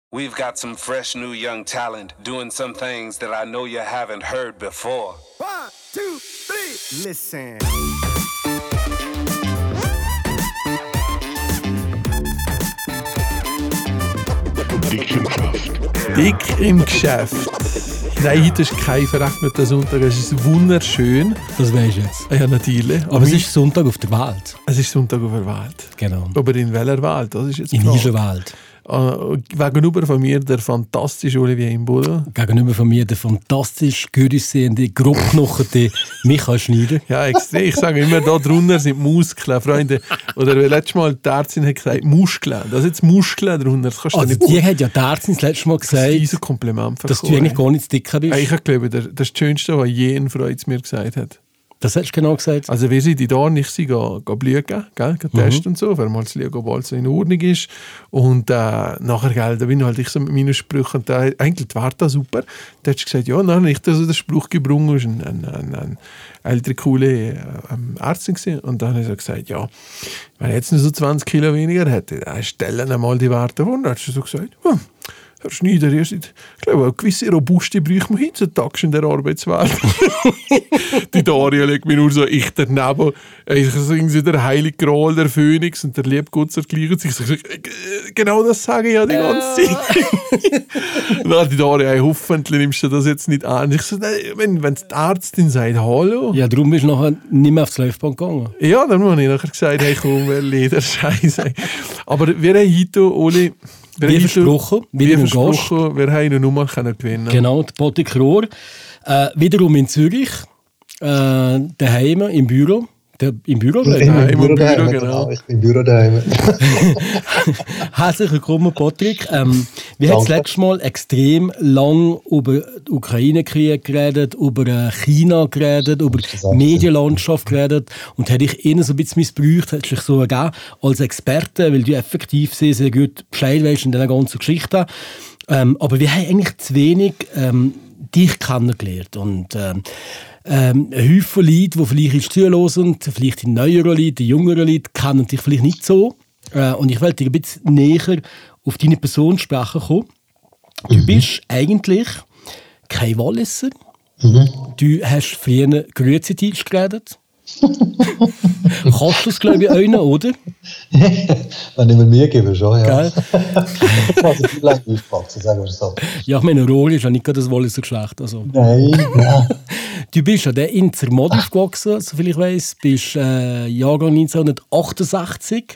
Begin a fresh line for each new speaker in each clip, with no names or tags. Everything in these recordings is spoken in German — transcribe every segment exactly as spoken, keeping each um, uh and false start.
We've got some fresh new young talent doing some things that I know you haven't heard before.
One, two, three, listen.
Dick im Geschäft. Nein, heute ist kein verregneter Sonntag, es ist wunderschön.
Das weisst du jetzt.
Ja, natürlich.
Aber, Aber es ist Sonntag auf der Welt.
Es ist Sonntag auf der Welt.
Genau.
Aber in welcher Welt? Das ist jetzt
in dieser Welt.
Uh, gegenüber von mir der fantastische Olivier Imboden.
Gegenüber von mir der fantastisch gut aussehende, grobknocherte Michael Schneider.
Ja, extrem. Ich sage immer, da drunter sind Muskeln, Freunde. Oder wie letztes Mal die Ärztin hat gesagt, Muskeln. Da sind Muskeln drunter. Das kannst du
also
nicht
die hat ja die Ärztin das letzte Mal gesagt,
das ist Kompliment
dass du eigentlich gar nicht dicker bist.
Ich glaube, das ist das Schönste, was je ein Freund mir gesagt hat.
Das hättest du genau gesagt.
Also wir sind da nicht sie gehen, gehen blühen, gell, gehen testen mhm. und so, wenn mal das Liegen, ob alles so in Ordnung ist. Und äh, nachher, gell, da bin halt ich so mit meinen Sprüchen, und da, eigentlich war das super. Da hast du gesagt, ja, nein, nicht, dass er den Spruch gebrungen ist, ein, ein, ein, ein ältere, coole äh, Ärztin gewesen. Und dann hat er gesagt, ja, wenn er jetzt nur so zwanzig Kilo weniger hätte, dann stellen einmal die Werte vor. Dann hast du so gesagt, hm, Herr Schneider, ihr seid, ich glaube, eine gewisse Robuste bräuchte man heutzutage in der Arbeitswelt. Die Daria legt mir nur so, ich daneben, ich singe der heilige Gral, der Phönix und der liebe Gott zur gleichen Zeit. Ich sage, genau das sage ich ja die ganze Zeit. Dann die Daria, hey, hoffentlich nimmst du das jetzt nicht an. Ich sage, wenn, wenn die Ärztin sagt, hallo.
Ja, darum bist du nachher nicht mehr aufs Laufband gegangen.
Ja, dann habe ich nachher gesagt, hey, komm, wer Leder Scheiße. Aber wir haben heute, Oli,
Wir wie versprochen,
wie versprochen, wir haben eine Nummer können gewinnen.
Genau, der Patrick Rohr. Äh, wiederum in Zürich, äh, daheim im Büro. Der, Im Büro?
Ich bin im Büro, daheim, Büro genau. Ich bin im Büro daheim.
Herzlich willkommen, Patrick. Ähm, wir haben das letzte Mal extrem lang über den Ukraine-Krieg geredet, über China geredet, über die Medienlandschaft geredet und hätte ich ihnen so ein bisschen missbraucht, hätte ich so gegeben, als Experte, weil du effektiv sehr, sehr gut Bescheid weißt in dieser ganzen Geschichte. Ähm, aber wir haben eigentlich zu wenig ähm, dich kennengelernt und ähm, Ähm, ein Haufen Leute, die vielleicht jetzt zuhören, vielleicht die neueren Leute, die jüngeren Leute, kennen dich vielleicht nicht so. Äh, und ich wollte ein bisschen näher auf deine Person sprechen kommen. Du mhm. bist eigentlich kein Walliser. Mhm. Du hast früher Grüezi-Deutsch geredet. Kannst du es, glaube ich, auch noch, oder?
Wenn ich mir Mühe gebe, schon, ja. Ich also vielleicht aufpassen, sagen wir es so.
Ja, ich meine, Rohr ist ja nicht gerade das Walliser Geschlecht. Also.
Nein, nein.
Du bist ja in Zermatt aufgewachsen, soviel ich weiss. Du bist äh, Jahrgang neunzehnhundertachtundsechzig.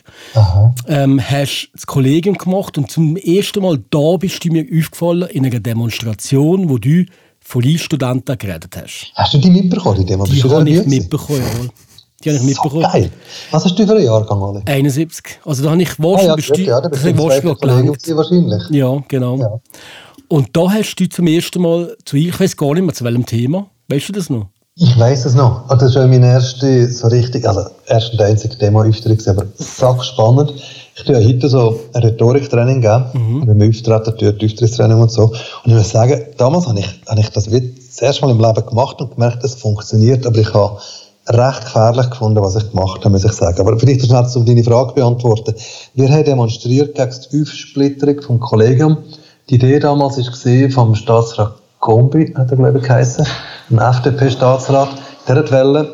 Ähm, hast das Kollegium gemacht und zum ersten Mal da bist du mir aufgefallen in einer Demonstration, wo du von Studenten geredet hast.
Hast du die mitbekommen, die Demo?
Die habe ich mitbekommen, ja. Die habe ich mitbekommen.
So geil. Was hast du für ein Jahrgang, Ole?
einundsiebzig. Also da habe ich wahrscheinlich...
Ah, ja, ja, da bist du wahrscheinlich.
Ja, genau. Ja. Und da hast du zum ersten Mal, zu ich weiß gar nicht mehr, zu welchem Thema. Weißt du das noch?
Ich weiss es noch. Das war meine erste, so richtig, also erste und einzige Demo-Auftritt, aber sack spannend. Ich tue ja heute so ein Rhetoriktraining geben, mhm. wenn wir auftreten, tue ich Auftrittstraining und so. Und ich muss sagen, damals habe ich, habe ich das das erste Mal im Leben gemacht und gemerkt, es funktioniert, aber ich habe recht gefährlich gefunden, was ich gemacht habe, muss ich sagen. Aber vielleicht schnell, um deine Frage zu beantworten. Wir haben demonstriert gegen die Aufsplitterung vom Kollegium. Die Idee damals war vom Staatsrat Combi, hat er, glaube ich, geheissen, ein F D P-Staatsrat. Der hat wollen,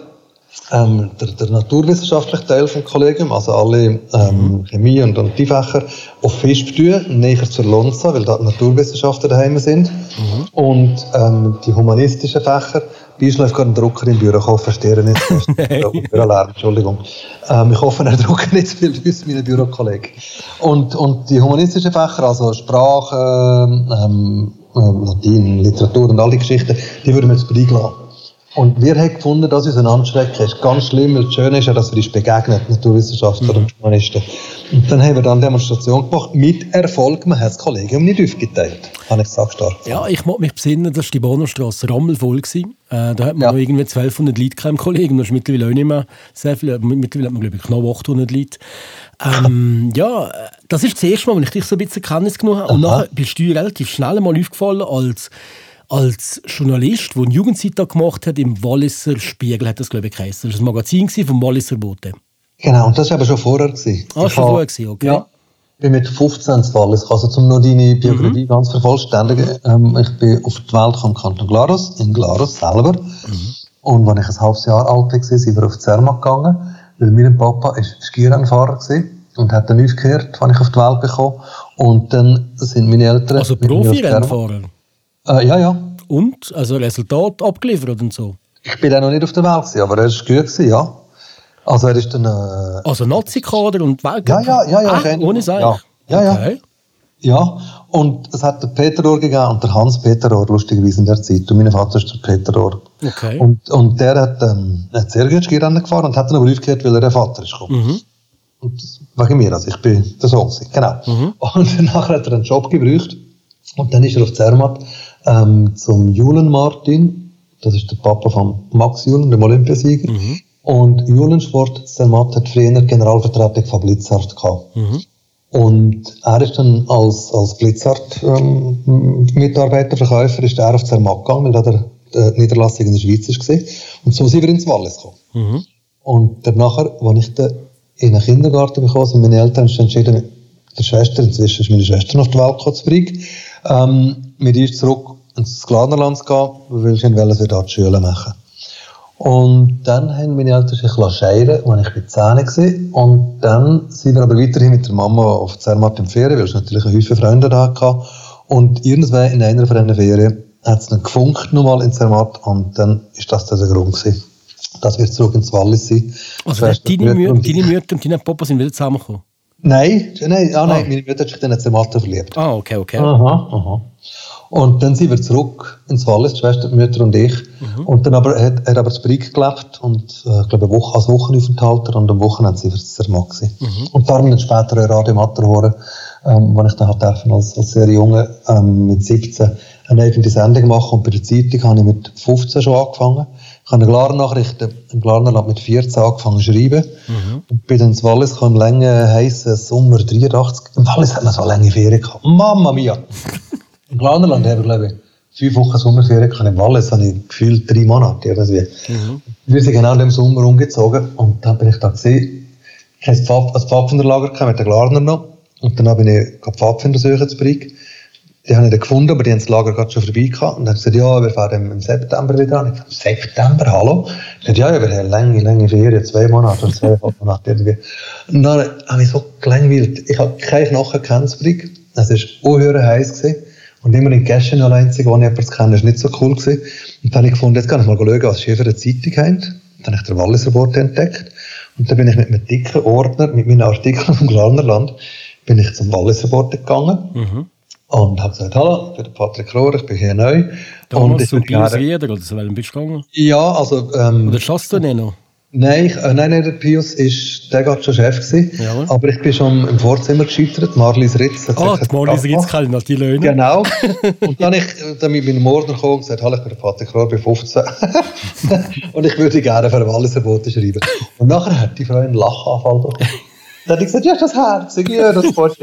ähm, der, der naturwissenschaftliche Teil vom Kollegium, also alle ähm, Chemie und, und die Fächer, auf Fisch tun, näher zur Lonza, weil da die Naturwissenschaftler daheim sind. Mhm. Und ähm, die humanistischen Fächer, bei uns läuft gerade ein Drucker im Büro, ich hoffe, verstehe ihn nicht. Bürolärm, Entschuldigung. Ähm, ich hoffe, er druckt nicht viel bei uns, meine Bürokollegen. Und, und die humanistischen Fächer, also Sprache, ähm, Latein, Literatur und all die Geschichten, die würden wir jetzt freigelassen. Und wir haben gefunden, dass uns ein Anschrecken ist. Ganz schlimm, weil das Schöne ist ja, dass wir uns begegnen, Naturwissenschaftler und Journalisten. Und dann haben wir dann eine Demonstration gemacht, mit Erfolg. Man hat das Kollegium nicht aufgeteilt, habe ich gesagt.
Ja, ich mag mich besinnen, dass die Bahnhofstrasse rammelvoll war. Äh, da hat man ja. noch irgendwie zwölfhundert Leute im Kollegium, das ist mittlerweile auch nicht mehr sehr viel. Mittlerweile hat man, glaube ich, knapp achthundert Leute. Ähm, ja, das ist das erste Mal, wenn ich dich so ein bisschen Kenntnis genommen habe. Und nachher bist du relativ schnell mal aufgefallen als, als Journalist, der einen Jugendzeitung gemacht hat, im Walliser Spiegel, hat das, glaube ich, geheißen. Das war ein Magazin vom Walliser Bote.
Genau, und das war aber schon vorher.
Ah, schon vorher, okay.
Ja. bin mit fünfzehn ins Wallis, also zum noch deine Biografie mhm. ganz vervollständigen. Ähm, ich bin auf die Welt gekommen, Kanton Glarus, in Glarus selber. Mhm. Und als ich ein halbes Jahr alt war, sind wir auf die Zermatt gegangen, weil mein Papa war Skirennfahrer und hat dann aufgehört, als ich auf die Welt bekam. Und dann sind meine Eltern...
Also Profi-Rennfahrer?
Äh, ja, ja.
Und? Also Resultat abgeliefert und so?
Ich bin dann noch nicht auf der Welt, aber er war gut gewesen, ja. Also er ist dann... Äh,
also Nazi-Kader und Welt?
Ja, ja, ja. ja
ah, ohne Seich?
Ja, ja.
Okay.
Ja, und es hat den Peter Rohr gegeben und der Hans Peter Rohr, lustigerweise in der Zeit. Und mein Vater ist der Peter Rohr.
Okay.
Und, und der hat, ähm, hat sehr gut Skirennen gefahren und hat dann aber aufgehört, weil er der Vater ist gekommen. Mhm. Und wegen mir, also ich bin der Sohn gewesen, genau. Mhm. Und nachher hat er einen Job gebraucht und dann ist er auf Zermatt ähm, zum Julen Martin, das ist der Papa von Max Julen, dem Olympiasieger. Mhm. Und Julensport Zermatt hat früher Generalvertretung von Blizzard gehabt. Mhm. Und er ist dann als, als Blizzard-Mitarbeiter, ähm, Verkäufer, ist er auf Zermatt gegangen, weil da die Niederlassung in der Schweiz war. Und so sind wir ins Wallis gekommen. Mhm. Und danach, als ich dann in den Kindergarten bekam, sind meine Eltern entschieden, mit der Schwester, inzwischen ist meine Schwester noch auf die Welt gekommen, zu Brig, ähm, mit uns zurück ins Glarnerland zu gehen, weil sie wollen, dass wir da die Schule machen. Und dann haben meine Eltern sich scheiden, als ich zehn war. Und dann sind wir aber weiterhin mit der Mama auf Zermatt in Ferien, weil es natürlich eine Haufen Freunde da hatte. Und irgendwann in einer von diesen Ferien hat es dann gefunkt nochmal in Zermatt. Und dann ist das der Grund gewesen, dass wir zurück ins Wallis sind.
Also deine Mütter und deine Mütter und deine Papa sind wieder zusammengekommen?
Nein, nein, ah, nein,
ah.
meine Mutter hat sich dann in Zermatt verliebt.
Ah, okay, okay.
Aha, aha. Und dann sind wir zurück ins Wallis, die Schwester, die Mutter und ich. Mhm. Und dann aber, hat er aber zu Brig gelebt und äh, ich glaube, eine Woche, als Wochenaufenthalter und am Wochenende sind wir zu Zermatt gewesen. Mhm. Und darum dann später ein Radio Matterhorn, ähm, wo ich dann halt als, als sehr Junge ähm, mit siebzehn eine eigene Sendung machen. Und bei der Zeitung habe ich mit fünfzehn schon angefangen. Ich habe eine Glarnachrichten im Glarnerland mit vierzehn angefangen zu schreiben. Mhm. Und bin dann ins Wallis gekommen, im langen, heissen Sommer dreiundachtzig. Im Wallis hat man so lange Ferien gehabt. Mamma mia! Im Glarnerland habe ich, glaube ich, fünf Wochen Sommerferien gehabt. Im Wallis habe ich gefühlt drei Monate. Irgendwie. Mhm. Wir sind genau in dem Sommer umgezogen und dann bin ich da gesehen. Ich hatte ein Pfadfinderlager mit den Glarner noch. Und dann bin ich Pfadfinder suchen zu Brig. Die habe ich dann gefunden, aber die haben das Lager gerade schon vorbei gehabt. Und dann haben sie gesagt, ja, wir fahren im September wieder an. Ich dachte, September, hallo? Ich dachte, ja, ja, wir haben lange, lange Ferien, zwei Monate oder zweieinhalb Monate irgendwie. Und dann habe ich so gelangweilt. Ich habe keine Knochen gekannt zu Brig. Es war unhöher heiß gewesen. Und immer in Gäschen noch einzig, ohne jemanden zu kennen, das war nicht so cool gewesen. Und dann habe ich gefunden, jetzt kann ich mal schauen, was sie für eine Zeitung haben. Dann habe ich den Walliser Board entdeckt. Und dann bin ich mit einem dicken Ordner, mit meinen Artikeln vom Glarnerland, bin ich zum Walliser Board gegangen. Mhm. Und habe gesagt, hallo, ich bin der Patrick Rohr, ich bin hier neu.
Damals
und ich
so Pius Rieder oder so, welchen bist du gegangen?
Ja, also... Ähm,
oder schaffst du den noch?
Nein, ich, äh, nein, nein, der Pius ist, der war schon Chef gewesen. Ja. Aber ich bin schon im Vorzimmer gescheitert. Marlies Ritz hat
Ah, oh, Marlies Ritz kann ich noch die Löhne.
Genau. Und dann ich dann mit meinem Ordner gekommen und gesagt, hallo, ich bin der Patrick Rohr, bin fünfzehn. Und ich würde gerne für ein Walliser Bote schreiben. Und nachher hat die Frau einen Lachanfall bekommen. Dann habe ich gesagt, ja, das Herz, ja, das Wort.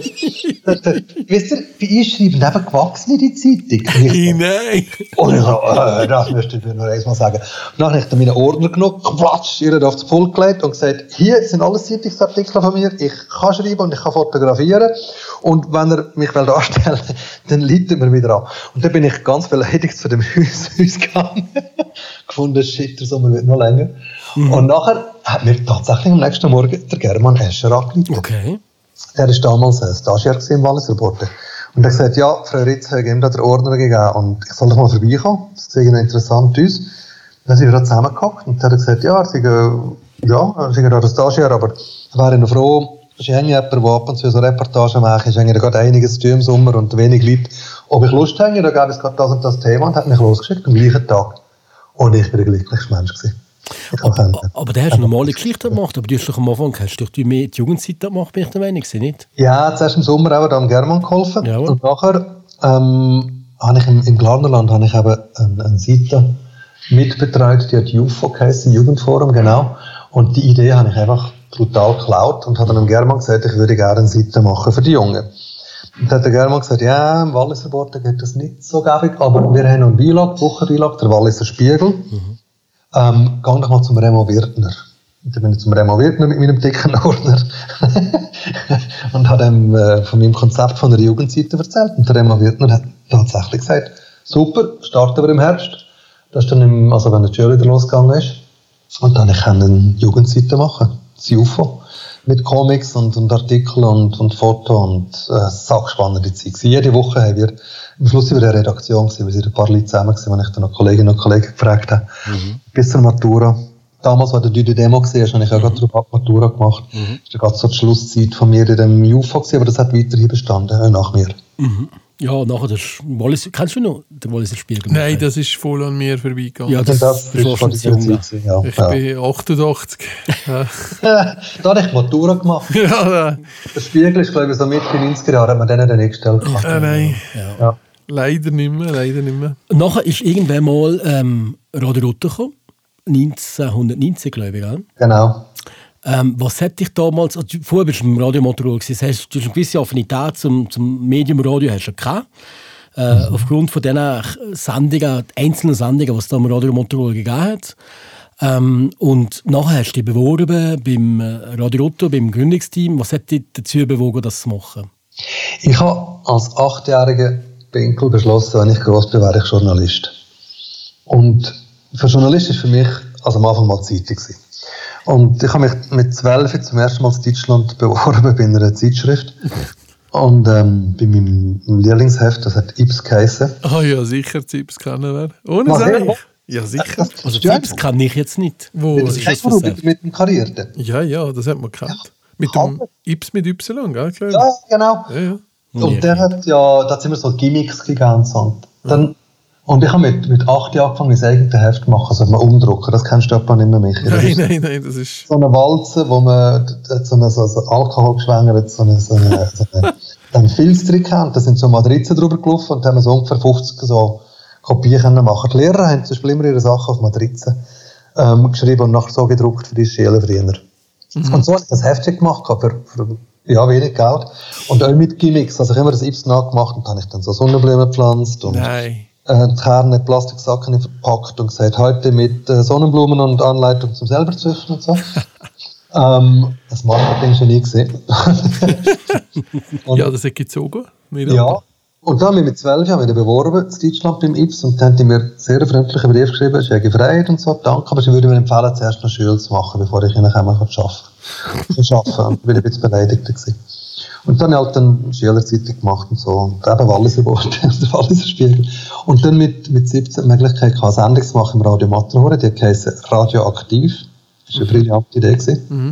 Wisst ihr, bei ihr schreiben eben Gewachsene die Zeitung.
Ich nein!
Und ich so, äh, das müsste ich mir noch einmal sagen. Und dann habe ich dann meinen Ordner genommen, quatsch, ihr aufs Pult gelegt und gesagt, hier sind alles Zeitungsartikel von mir, ich kann schreiben und ich kann fotografieren. Und wenn er mich darstellen will, dann leitet er wieder an. Und dann bin ich ganz beleidigt zu dem Haus, Haus gegangen. Gefunden, shit, der Sommer wird noch länger. Mhm. Und nachher hat mir tatsächlich am nächsten Morgen der German Escher angerufen.
Okay.
Der war damals ein Stagiaire im Walliser Board. Und er hat gesagt, ja, Frau Ritz hat ihm da den Ordner gegeben und ich soll doch mal vorbeikommen. Das sieht interessant aus. Dann sind wir da zusammengehockt und er hat gesagt, ja, er sei, ja, er sei gerade ein Stagiaire, aber er wäre noch froh, es ist jemand, der ab und zu so Reportagen macht, ist eigentlich gerade einiges zu tun im Sommer und wenig Leute. Ob ich Lust habe, da gäbe es gerade das und das Thema und hat mich losgeschickt am gleichen Tag. Und ich bin der glücklichste Mensch gewesen.
Aber, aber der hast eine normale Geschichte gemacht, aber du hast doch am Anfang hast du die, die Jugendzeit gemacht, bin ich der Meinung, nicht?
Ja, zuerst im Sommer auch da am German geholfen.
Jawohl.
Und nachher ähm, habe ich im, im Glarnerland habe ich eben eine, eine Seite mitbetreut, die hat U F O geheißen, Jugendforum, genau. Und die Idee habe ich einfach brutal geklaut und habe dann am German gesagt, ich würde gerne eine Seite machen für die Jungen. Und dann hat der German gesagt, ja, im Walliser Board geht das nicht so gäbig, aber wir haben noch einen Beilage, Wochenbeilage, der Walliser Spiegel. Mhm. Ähm, geh doch mal zum Remo Wirtner. Und dann bin ich zum Remo Wirtner mit meinem dicken Ordner und habe ihm äh, von meinem Konzept von der Jugendseite erzählt. Und der Remo Wirtner hat tatsächlich gesagt, super, starten wir im Herbst. Das ist dann, im, also wenn die Schule wieder losgegangen ist. Und dann ich kann eine Jugendseite machen, das U F O, mit Comics und, und Artikeln und, und Fotos und äh, sackspannende Zeit. Jede Woche haben wir, am Schluss über eine Redaktion gewesen, wir sind ein paar Leute zusammen gewesen, wenn ich dann noch Kolleginnen und Kollegen gefragt habe, mhm. bis zur Matura. Damals, als du die Demo gesehen hast, habe ich auch gerade darauf Matura gemacht. Mhm. Das war gerade so die Schlusszeit von mir in dem U F O gewesen, aber das hat weiterhin bestanden, auch nach mir.
Mhm. Ja, nachher das Wallis, kennst du noch den Walliser Spiegel?
Nein, das ist voll an mir vorbeigegangen.
Ja, das, das, das ist von dieser Zeit. Ja.
Ich
ja.
bin achtundachtzig. Ja.
Da habe ich Matura gemacht.
Ja, ja.
Der Spiegel ist, glaube ich, so Mitte neunziger Jahre, hat man den dann nicht gestellt.
Äh, nein,
ja. Ja.
Leider nicht mehr, leider nicht mehr.
Nachher ist irgendwann mal ähm, Radio Rotter gekommen, neunzehnhundertneunzig, glaube ich. Ja?
Genau.
Ähm, was hat dich damals, also vorher bist du im Radiomotor gewesen, das heißt, du hast eine gewisse Affinität zum, zum Medium Radio hast du gehabt. Äh, mhm. Aufgrund von diesen Sendungen, einzelnen Sendungen, die es da im Radiomotor gegeben hat. Ähm, und nachher hast du dich beworben beim Radio Rotor, beim Gründungsteam. Was hat dich dazu bewogen, das zu machen?
Ich habe als achtjähriger Pinkel beschlossen, wenn ich gross bin, wäre ich Journalist. Und für Journalist war für mich also am Anfang mal Zeitung gewesen. Und ich habe mich mit zwölf zum ersten Mal in Deutschland beworben bei einer Zeitschrift. Und ähm, bei meinem Lieblingsheft, das hat Ips geheissen.
Ah oh ja, sicher, Ips kennen wir. Ohne
Was,
Sinn. Ja, sicher.
Also Ips kann ich jetzt nicht.
Wo?
Das ist das du, mit, mit dem Karierten.
Ja, ja, das hat man gekannt. Ja. Mit dem Ips mit Y, gell? Klar.
Ja, genau.
Ja, ja.
Und
ja.
der hat ja, da hat immer so Gimmicks gegeben. Und, dann, und ich habe mit, mit acht Jahren angefangen, mein eigenes Heft zu machen, also man umdrucken. Das kennst du etwa nicht mehr, Michael.
Nein, nein, nein, das ist...
So eine Walze, wo man so eine, so eine Alkohol geschwängert, so eine, so eine, so eine einen Filz drin gehabt. Da sind so Matrizen drüber gelaufen und haben wir so ungefähr fünfzig so Kopien können machen. Die Lehrer haben zum Beispiel immer ihre Sachen auf Matrizen ähm, geschrieben und nachher so gedruckt für die Schüler früher. Mhm. Und so habe ich das Heftchen gemacht, für, für ja, wenig Geld. Und auch mit Gimmicks. Also ich habe immer das Ips nachgemacht und dann habe ich dann so Sonnenblumen gepflanzt und
Nein.
Äh, die Kerne in Plastiksacken verpackt und gesagt, heute mit äh, Sonnenblumen und Anleitung zum selber züchten und so. ähm, das Marketing-Genie gesehen.
Ja, das hat gezogen.
Ja. Und dann habe ich mit zwölf Jahren wieder beworben in Deutschland beim Ips und dann haben die mir sehr freundliche Brief geschrieben, ich habe Freiheit und so, danke, aber sie würden mir empfehlen, zuerst noch Schule zu machen, bevor ich ihnen arbeiten kann. Arbeiten. Und ich war ein bisschen beleidigt gewesen. Und dann habe ich halt eine Schülerzeitung gemacht und so, und eben Walliser Worte und der Walliser Spiegel. Und dann mit, mit siebzehn die Möglichkeit gehabt, eine Sendung zu machen im Radio Matterhorn, die heisst Radioaktiv. Das war eine brillante Idee gewesen. Mhm.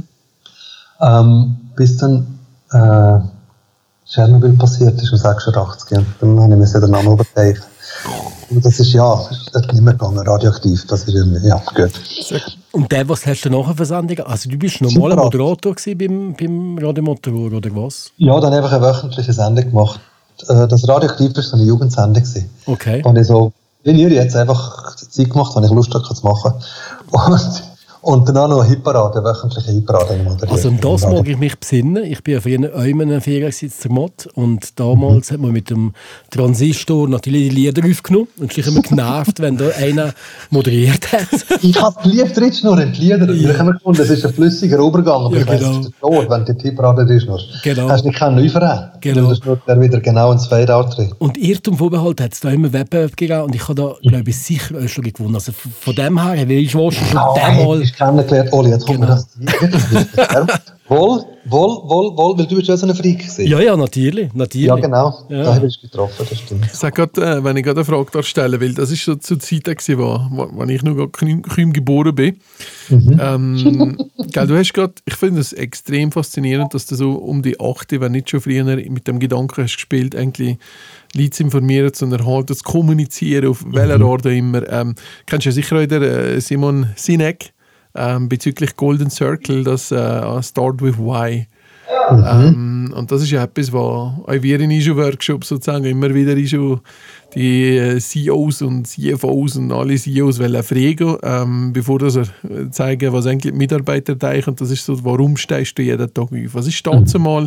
Ähm, bis dann, äh, Tschernobyl passiert ist, um sechsundachtzig. Und dann habe ich mir den Namen übergeben. Und das ist ja, das ist nicht mehr gegangen, radioaktiv. Das ist irgendwie, ja, gut.
Und der, was hast du nachher für Sendungen? Also du bist normaler Moderator gewesen beim, beim Radio Motor, oder was?
Ja, dann einfach eine wöchentliche Sendung gemacht. Das Radioaktiv war so eine Jugendsendung gewesen.
Okay.
Wo ich so, wie ihr jetzt einfach Zeit gemacht, wenn ich Lust hatte, zu machen. Und Und dann auch noch eine Hitparade, eine wöchentliche Hitparade.
Also um das mag ich mich besinnen. Ich bin auf einer Ferien in Zermatt und damals mhm. hat man mit dem Transistor natürlich die Lieder aufgenommen und ich habe immer genervt, wenn da einer moderiert hat.
Ich habe geliebt, Ritsch nur in die Lieder. Ja. Ich habe gefunden, das ist ein flüssiger Übergang, aber
ja,
ich weiss,
genau.
das ist tot, wenn die Hitparade ist. Nur.
Genau.
Hast du nicht keinen Neuverein.
Genau.
Das ist nur der wieder genau ins Fade-Out drin.
Und Irrtum Vorbehalt hat es da immer Wettbewerb gegeben und ich habe da, glaube ich, sicher auch schon gewonnen. Also von dem her, weil ich war schon
oh,
damals...
Ich kennengelernt, Oli, jetzt kommt genau. mir das wohl, wohl, wohl, wohl, weil du bist ja so ein Freak gewesen.
Ja, ja, natürlich, natürlich.
Ja, genau,
ja.
Da habe ich getroffen, das stimmt.
Sag grad, äh, wenn ich gerade eine Frage darstellen will, das war so zur Zeit, gewesen, wo, wo ich noch kaum geboren bin. Mhm. Ähm, gell, du hast grad, ich finde es extrem faszinierend, dass du so um die acht, wenn nicht schon früher, mit dem Gedanken hast gespielt, eigentlich Leute zu informieren, zu erhalten, zu kommunizieren, auf mhm. welcher Art immer. Ähm, kennst du ja sicher auch den äh, Simon Sinek ähm, bezüglich Golden Circle, das äh, Start with Why. Mhm. Ähm, und das ist ja etwas, was auch wir in unseren Workshops sozusagen immer wieder in die äh, C E Os und C F Os und alle C E Os wollen fragen, ähm, bevor sie zeigen, was eigentlich die Mitarbeiter denken. Und das ist so, warum stehst du jeden Tag auf? Was ist dazu mal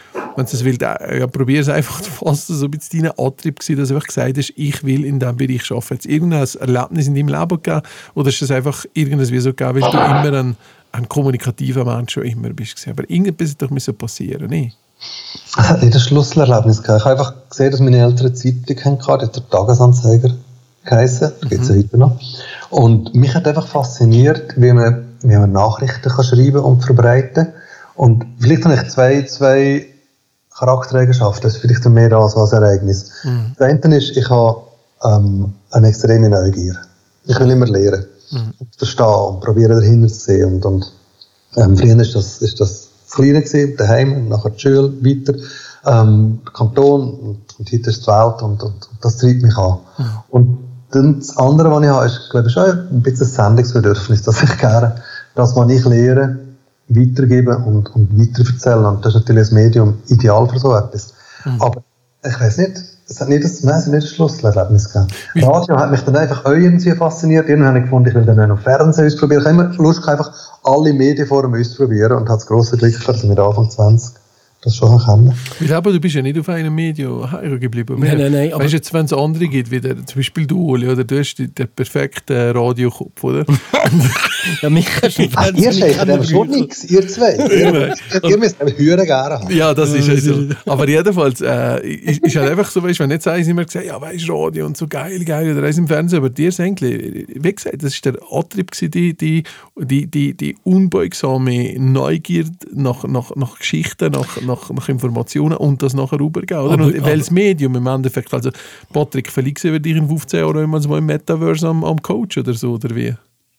wenn du es willst, ja, probier es einfach zu fassen, so ein bisschen dein Antrieb gewesen, dass du einfach gesagt hast, ich will in diesem Bereich arbeiten. Hat es irgendein Erlebnis in deinem Leben gegeben oder ist es einfach irgendwas wie so gegeben, weil du immer ein, ein kommunikativer Mensch schon immer bist? Aber irgendwas doch müssen passieren, nicht?
Es hat nicht ein Schlüsselerlebnis gehabt. Ich habe einfach gesehen, dass meine Eltern Zeitung hatten, die der Tagesanzeiger geheissen, da gibt es ja heute noch. Und mich hat einfach fasziniert, wie man, wie man Nachrichten kann schreiben und verbreiten. Und vielleicht habe ich zwei, zwei Charaktereigenschaften, das ist vielleicht mehr als ein Ereignis. Mhm. Das eine ist, ich habe ähm, eine extreme Neugier. Ich will immer lernen, mhm. und verstehen und probieren dahinter zu sehen. Und, und ähm, früher ist das, ist das das Kleine gewesen, daheim, nachher die Schule, weiter, ähm, der Kanton und, und heute ist die Welt und, und, und das treibt mich an. Mhm. Und dann das andere, was ich habe, ist, glaube ich, schon ein bisschen ein Sendungsbedürfnis, dass ich gerne das, was ich lehre, weitergeben und, und weiterverzählen. Und das ist natürlich das Medium ideal für so etwas. Mhm. Aber ich weiß nicht, es hat nicht ein, nein, es hat nicht ein Schlusserlebnis gegeben. Radio hat mich dann einfach auch irgendwie fasziniert. Irgendwann habe ich gefunden, ich will dann auch noch Fernsehen ausprobieren. Ich habe immer Lust, einfach alle Medienformen auszuprobieren und habe das grosse Glück, dass ich mit Anfang zwanzig das schon kennen.
Weil aber du bist ja nicht auf einem Medium hängen geblieben.
Nein, nein, nein.
Weißt du, jetzt, wenn es andere gibt, wie der, zum Beispiel du, Oli, oder du hast den perfekten Radiokopf, oder?
Ja, mich kannst du
Ach, ihr schämt aber schon nichts, ihr zwei. Ihr, ihr müsst aber hören gerne haben.
Ja, das ist ja so. Aber jedenfalls, äh, ist, ist halt einfach so, weißt, wenn nicht sagen, immer gesagt, ja, weißt du, Radio und so geil, geil, oder eins im Fernsehen, aber dir ist eigentlich, wie gesagt, das war der Antrieb, die, die, die, die, die unbeugsame Neugier nach, nach, nach Geschichten, nach Nach, nach Informationen und das nachher rübergehen. Oder? Aber, und welches Medium im Endeffekt? Also Patrick, vielleicht sehen wir dich in fünfzehn Jahren immer so im Metaverse am, am Coach oder so, oder wie?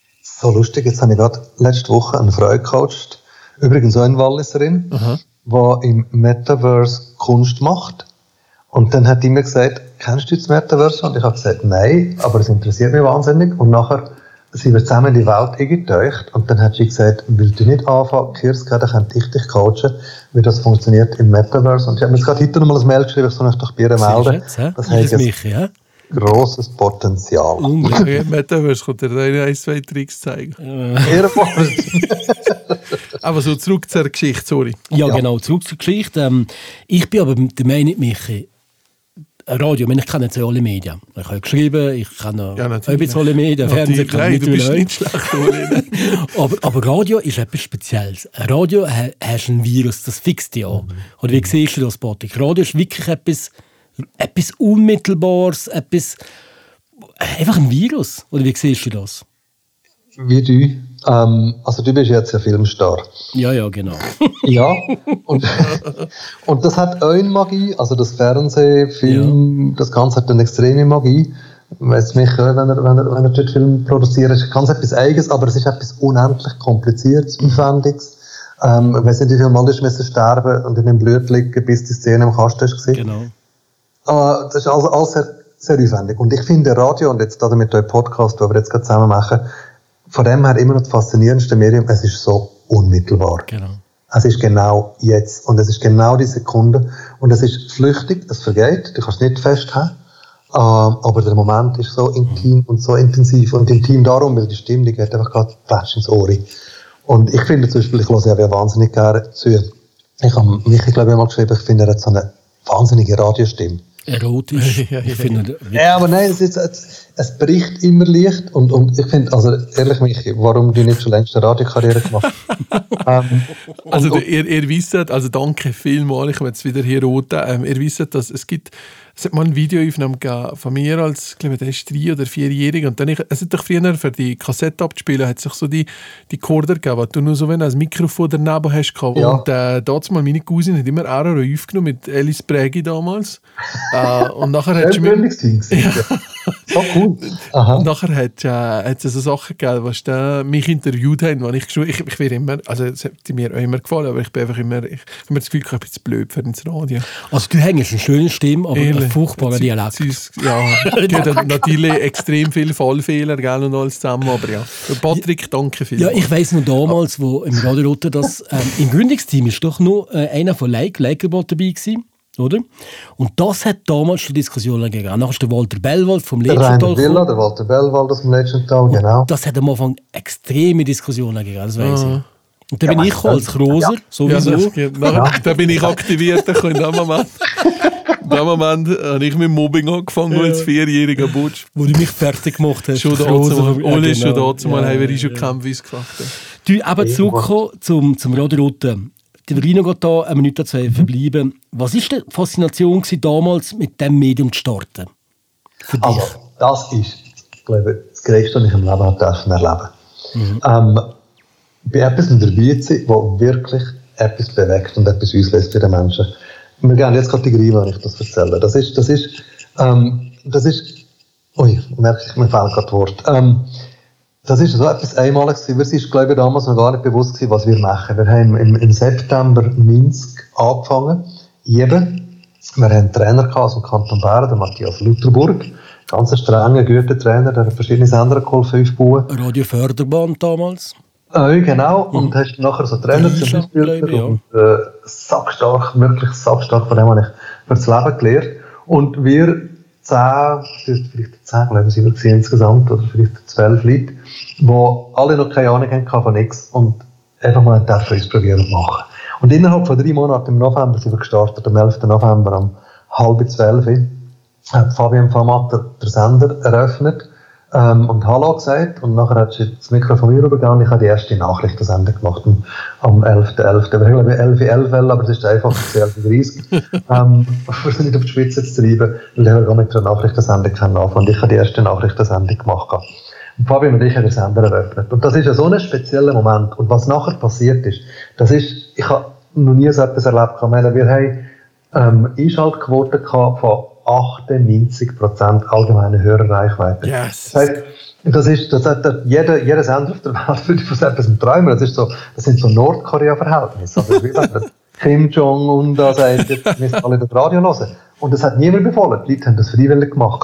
So lustig, jetzt habe ich gerade letzte Woche eine Frau gecoacht, übrigens auch eine Walliserin, die im Metaverse Kunst macht. Und dann hat die mir gesagt, kennst du das Metaverse? Und ich habe gesagt, nein, aber es interessiert mich wahnsinnig. Und nachher sind wir zusammen in die Welt eingetaucht und dann hat sie gesagt, willst du nicht anfangen, Kirska, dann könnte ich dich coachen, wie das funktioniert im Metaverse. Und ich habe mir gerade heute noch mal ein Mail geschrieben, ich soll mich doch bei ihr melden. Das hat
mich, ja?
grosses Potenzial.
Im Metaverse kommt er dir ein, zwei Tricks zeigen. Aber so zurück zur Geschichte, sorry.
Ja, ja. Genau, zurück zur Geschichte. Ähm, ich bin aber der Meinung, Michi, Radio, ich kenne jetzt alle Medien. Ich habe geschrieben, ich kenne ja, ein bisschen alle Medien, Fernsehen kann ich nicht,
nicht schlecht.
aber, aber Radio ist etwas Spezielles. Radio hast ein Virus, das fixt dich an. Oder wie siehst du das, Patrick? Radio ist wirklich etwas, etwas Unmittelbares, etwas, einfach ein Virus. Oder wie siehst du das?
Wie du. Ähm, also du bist jetzt ja Filmstar.
Ja, ja, genau.
Ja, und, und das hat auch eine Magie, also das Fernsehen, Film, ja. Das Ganze hat eine extreme Magie. Weiss mich, wenn er, wenn er, wenn er dort Film produziert, ist ganz etwas Eigenes, aber es ist etwas unendlich Kompliziertes, Aufwendiges. Ähm, ich weiss nicht, wie viel Mal du musst sterben und in dem Blut liegen, bis die Szene im Kasten ist.
Genau.
Aber das ist also alles sehr, sehr aufwendig. Und ich finde Radio, und jetzt damit euer Podcast, den wir jetzt gerade zusammen machen, von dem her immer noch das faszinierendste Medium, es ist so unmittelbar.
Genau.
Es ist genau jetzt und es ist genau die Sekunde und es ist flüchtig, es vergeht, du kannst es nicht festhalten, äh, aber der Moment ist so intim und so intensiv und intim darum, weil die Stimme, die geht einfach gerade fest ins Ohr. Und ich finde zum Beispiel, ich höre ja wahnsinnig gerne zu. Ich habe Michi, glaube ich, mal geschrieben, ich finde, er hat so eine wahnsinnige Radiostimme.
Erotisch. Ich finde,
ja, aber nein, es, ist, es, es bricht immer Licht und, und ich finde, also ehrlich Michi, warum du nicht schon längst eine Radiokarriere gemacht ähm,
Also und, ihr, ihr wisst, also danke vielmals, ich komme jetzt wieder hier roten, ähm, ihr wisst, dass es gibt, es hat mal ein Videoaufnahme gegeben von mir als, ich glaube, der ist drei- oder vierjährig und dann, ich, es hat doch früher für die Kassette abzuspielen, hat sich so die, die Korder gegeben, du nur so, wenn du ein Mikrofon daneben hast gehabt. Ja. Und äh, damals mal meine Cousine hat immer auch aufgenommen mit Alice Prägi damals. äh, und nachher hat sie mir... Ja.
So cool.
Aha. Und nachher hat, äh, hat es so Sachen gegeben, was da mich interviewt haben, wo ich geschrieben ich, ich wäre immer, also es hat mir auch immer gefallen, aber ich bin einfach immer, ich habe mir das Gefühl, ich bin jetzt blöd für ins Radio.
Also du hängst eine schöne Stimme, aber Ehrlich. Ein furchtbarer Dialekt.
Ja, es hat natürlich extrem viele Fallfehler, gell, und alles zusammen, aber ja. Patrick, danke vielmals.
Ja, ich weiss noch damals, wo im Radio Rote das, ähm, im Gründungsteam ist doch noch äh, einer von Like, Leikerbot dabei gewesen. Oder? Und das hat damals die Diskussionen gegeben. Nachher ist der Walter Bellwald vom Leichental.
Der Rainer Villa, der Walter Bellwald aus dem Leichental, genau.
Das hat am Anfang extreme Diskussionen gegeben, das weiss
ah.
ich. Und dann bin
Ja,
ich gekommen als Kroser,
Ja,
sowieso.
das geht. Nachher, da bin ich aktiviert. Da in dem Moment, in dem Moment habe ich mit Mobbing angefangen
Ja.
als vierjähriger Butsch.
Wo du mich fertig gemacht hast.
Schon da
Kroser,
zumal.
ja,
Ole ist schon
genau.
da zumal,
Ja,
haben wir
ja,
schon
ja.
gekämpft, wie es gesagt haben.
Du, eben zurückkommen zum, zum Radiorutte. Der Rino geht da eine Minute zwei
Mhm.
verbleiben. Was war die Faszination gewesen, damals mit diesem Medium zu starten? Für dich?
Also, das ist, ich glaube, das Größte, was ich im Leben habe dürfen erleben.
Mhm.
Ähm, bei etwas dabei zu sein, das wirklich etwas bewegt und etwas auslöst für den Menschen. Wir gehen jetzt Kategorie, wenn ich das erzähle. Das ist, das ist, ähm, das ist, ui, merke ich, mir fehlt gerade das Wort. Ähm, das ist so etwas Einmaliges gewesen. Wir sind, glaube ich, damals noch gar nicht bewusst gewesen, was wir machen. Wir haben im, im September neunzig angefangen. Eben. Wir haben einen Trainer gehabt aus dem Kanton Bern, den Matthias Lutherburg. Ganz ein strenger, guter Trainer, der hat verschiedene Sender geholfen aufbauen.
Radio Förderbahn damals.
Äh, genau. Und hast nachher so Trainer zum
Grisha,
Ausbilder
glaube ich, ja.
und äh, sackstark, wirklich sackstark, von dem habe ich fürs Leben gelernt. Und wir zehn, vielleicht zehn, glaube ich, sind wir gewesen insgesamt, oder vielleicht zwölf Leute, die alle noch keine Ahnung hatten von nichts und einfach mal dürfen ausprobieren und machen. Und innerhalb von drei Monaten im November sind wir gestartet, am elften November um halb zwölf, hat Fabian Famat den Sender eröffnet ähm, und Hallo gesagt und nachher hat sie das Mikro von mir übergegangen und ich habe die erste Nachrichtensendung gemacht am, am elften elften Wir haben elf Uhr elf, aber es ist einfach elf Uhr dreißig ähm, wir sind nicht auf die Spitze zu treiben, weil wir gar mit einer Nachrichtensendung anfangen und ich habe die erste Nachrichtensendung gemacht. Und Fabian und ich haben den Sender eröffnet. Und das ist ja so ein spezieller Moment. Und was nachher passiert ist, das ist, ich habe noch nie so etwas erlebt. Wir haben ähm, Einschaltquoten von achtundneunzig Prozent allgemeine Hörerreichweite.
Yes.
Das heisst, das ist, das hat jeder, jeder Sender auf der Welt würde von so etwas träumen. Das ist so, das sind so Nordkorea-Verhältnisse. Also, wie wenn der Kim Jong-un da sagt, jetzt müssen alle das Radio hören. Und das hat niemand befohlen. Die Leute haben das freiwillig gemacht.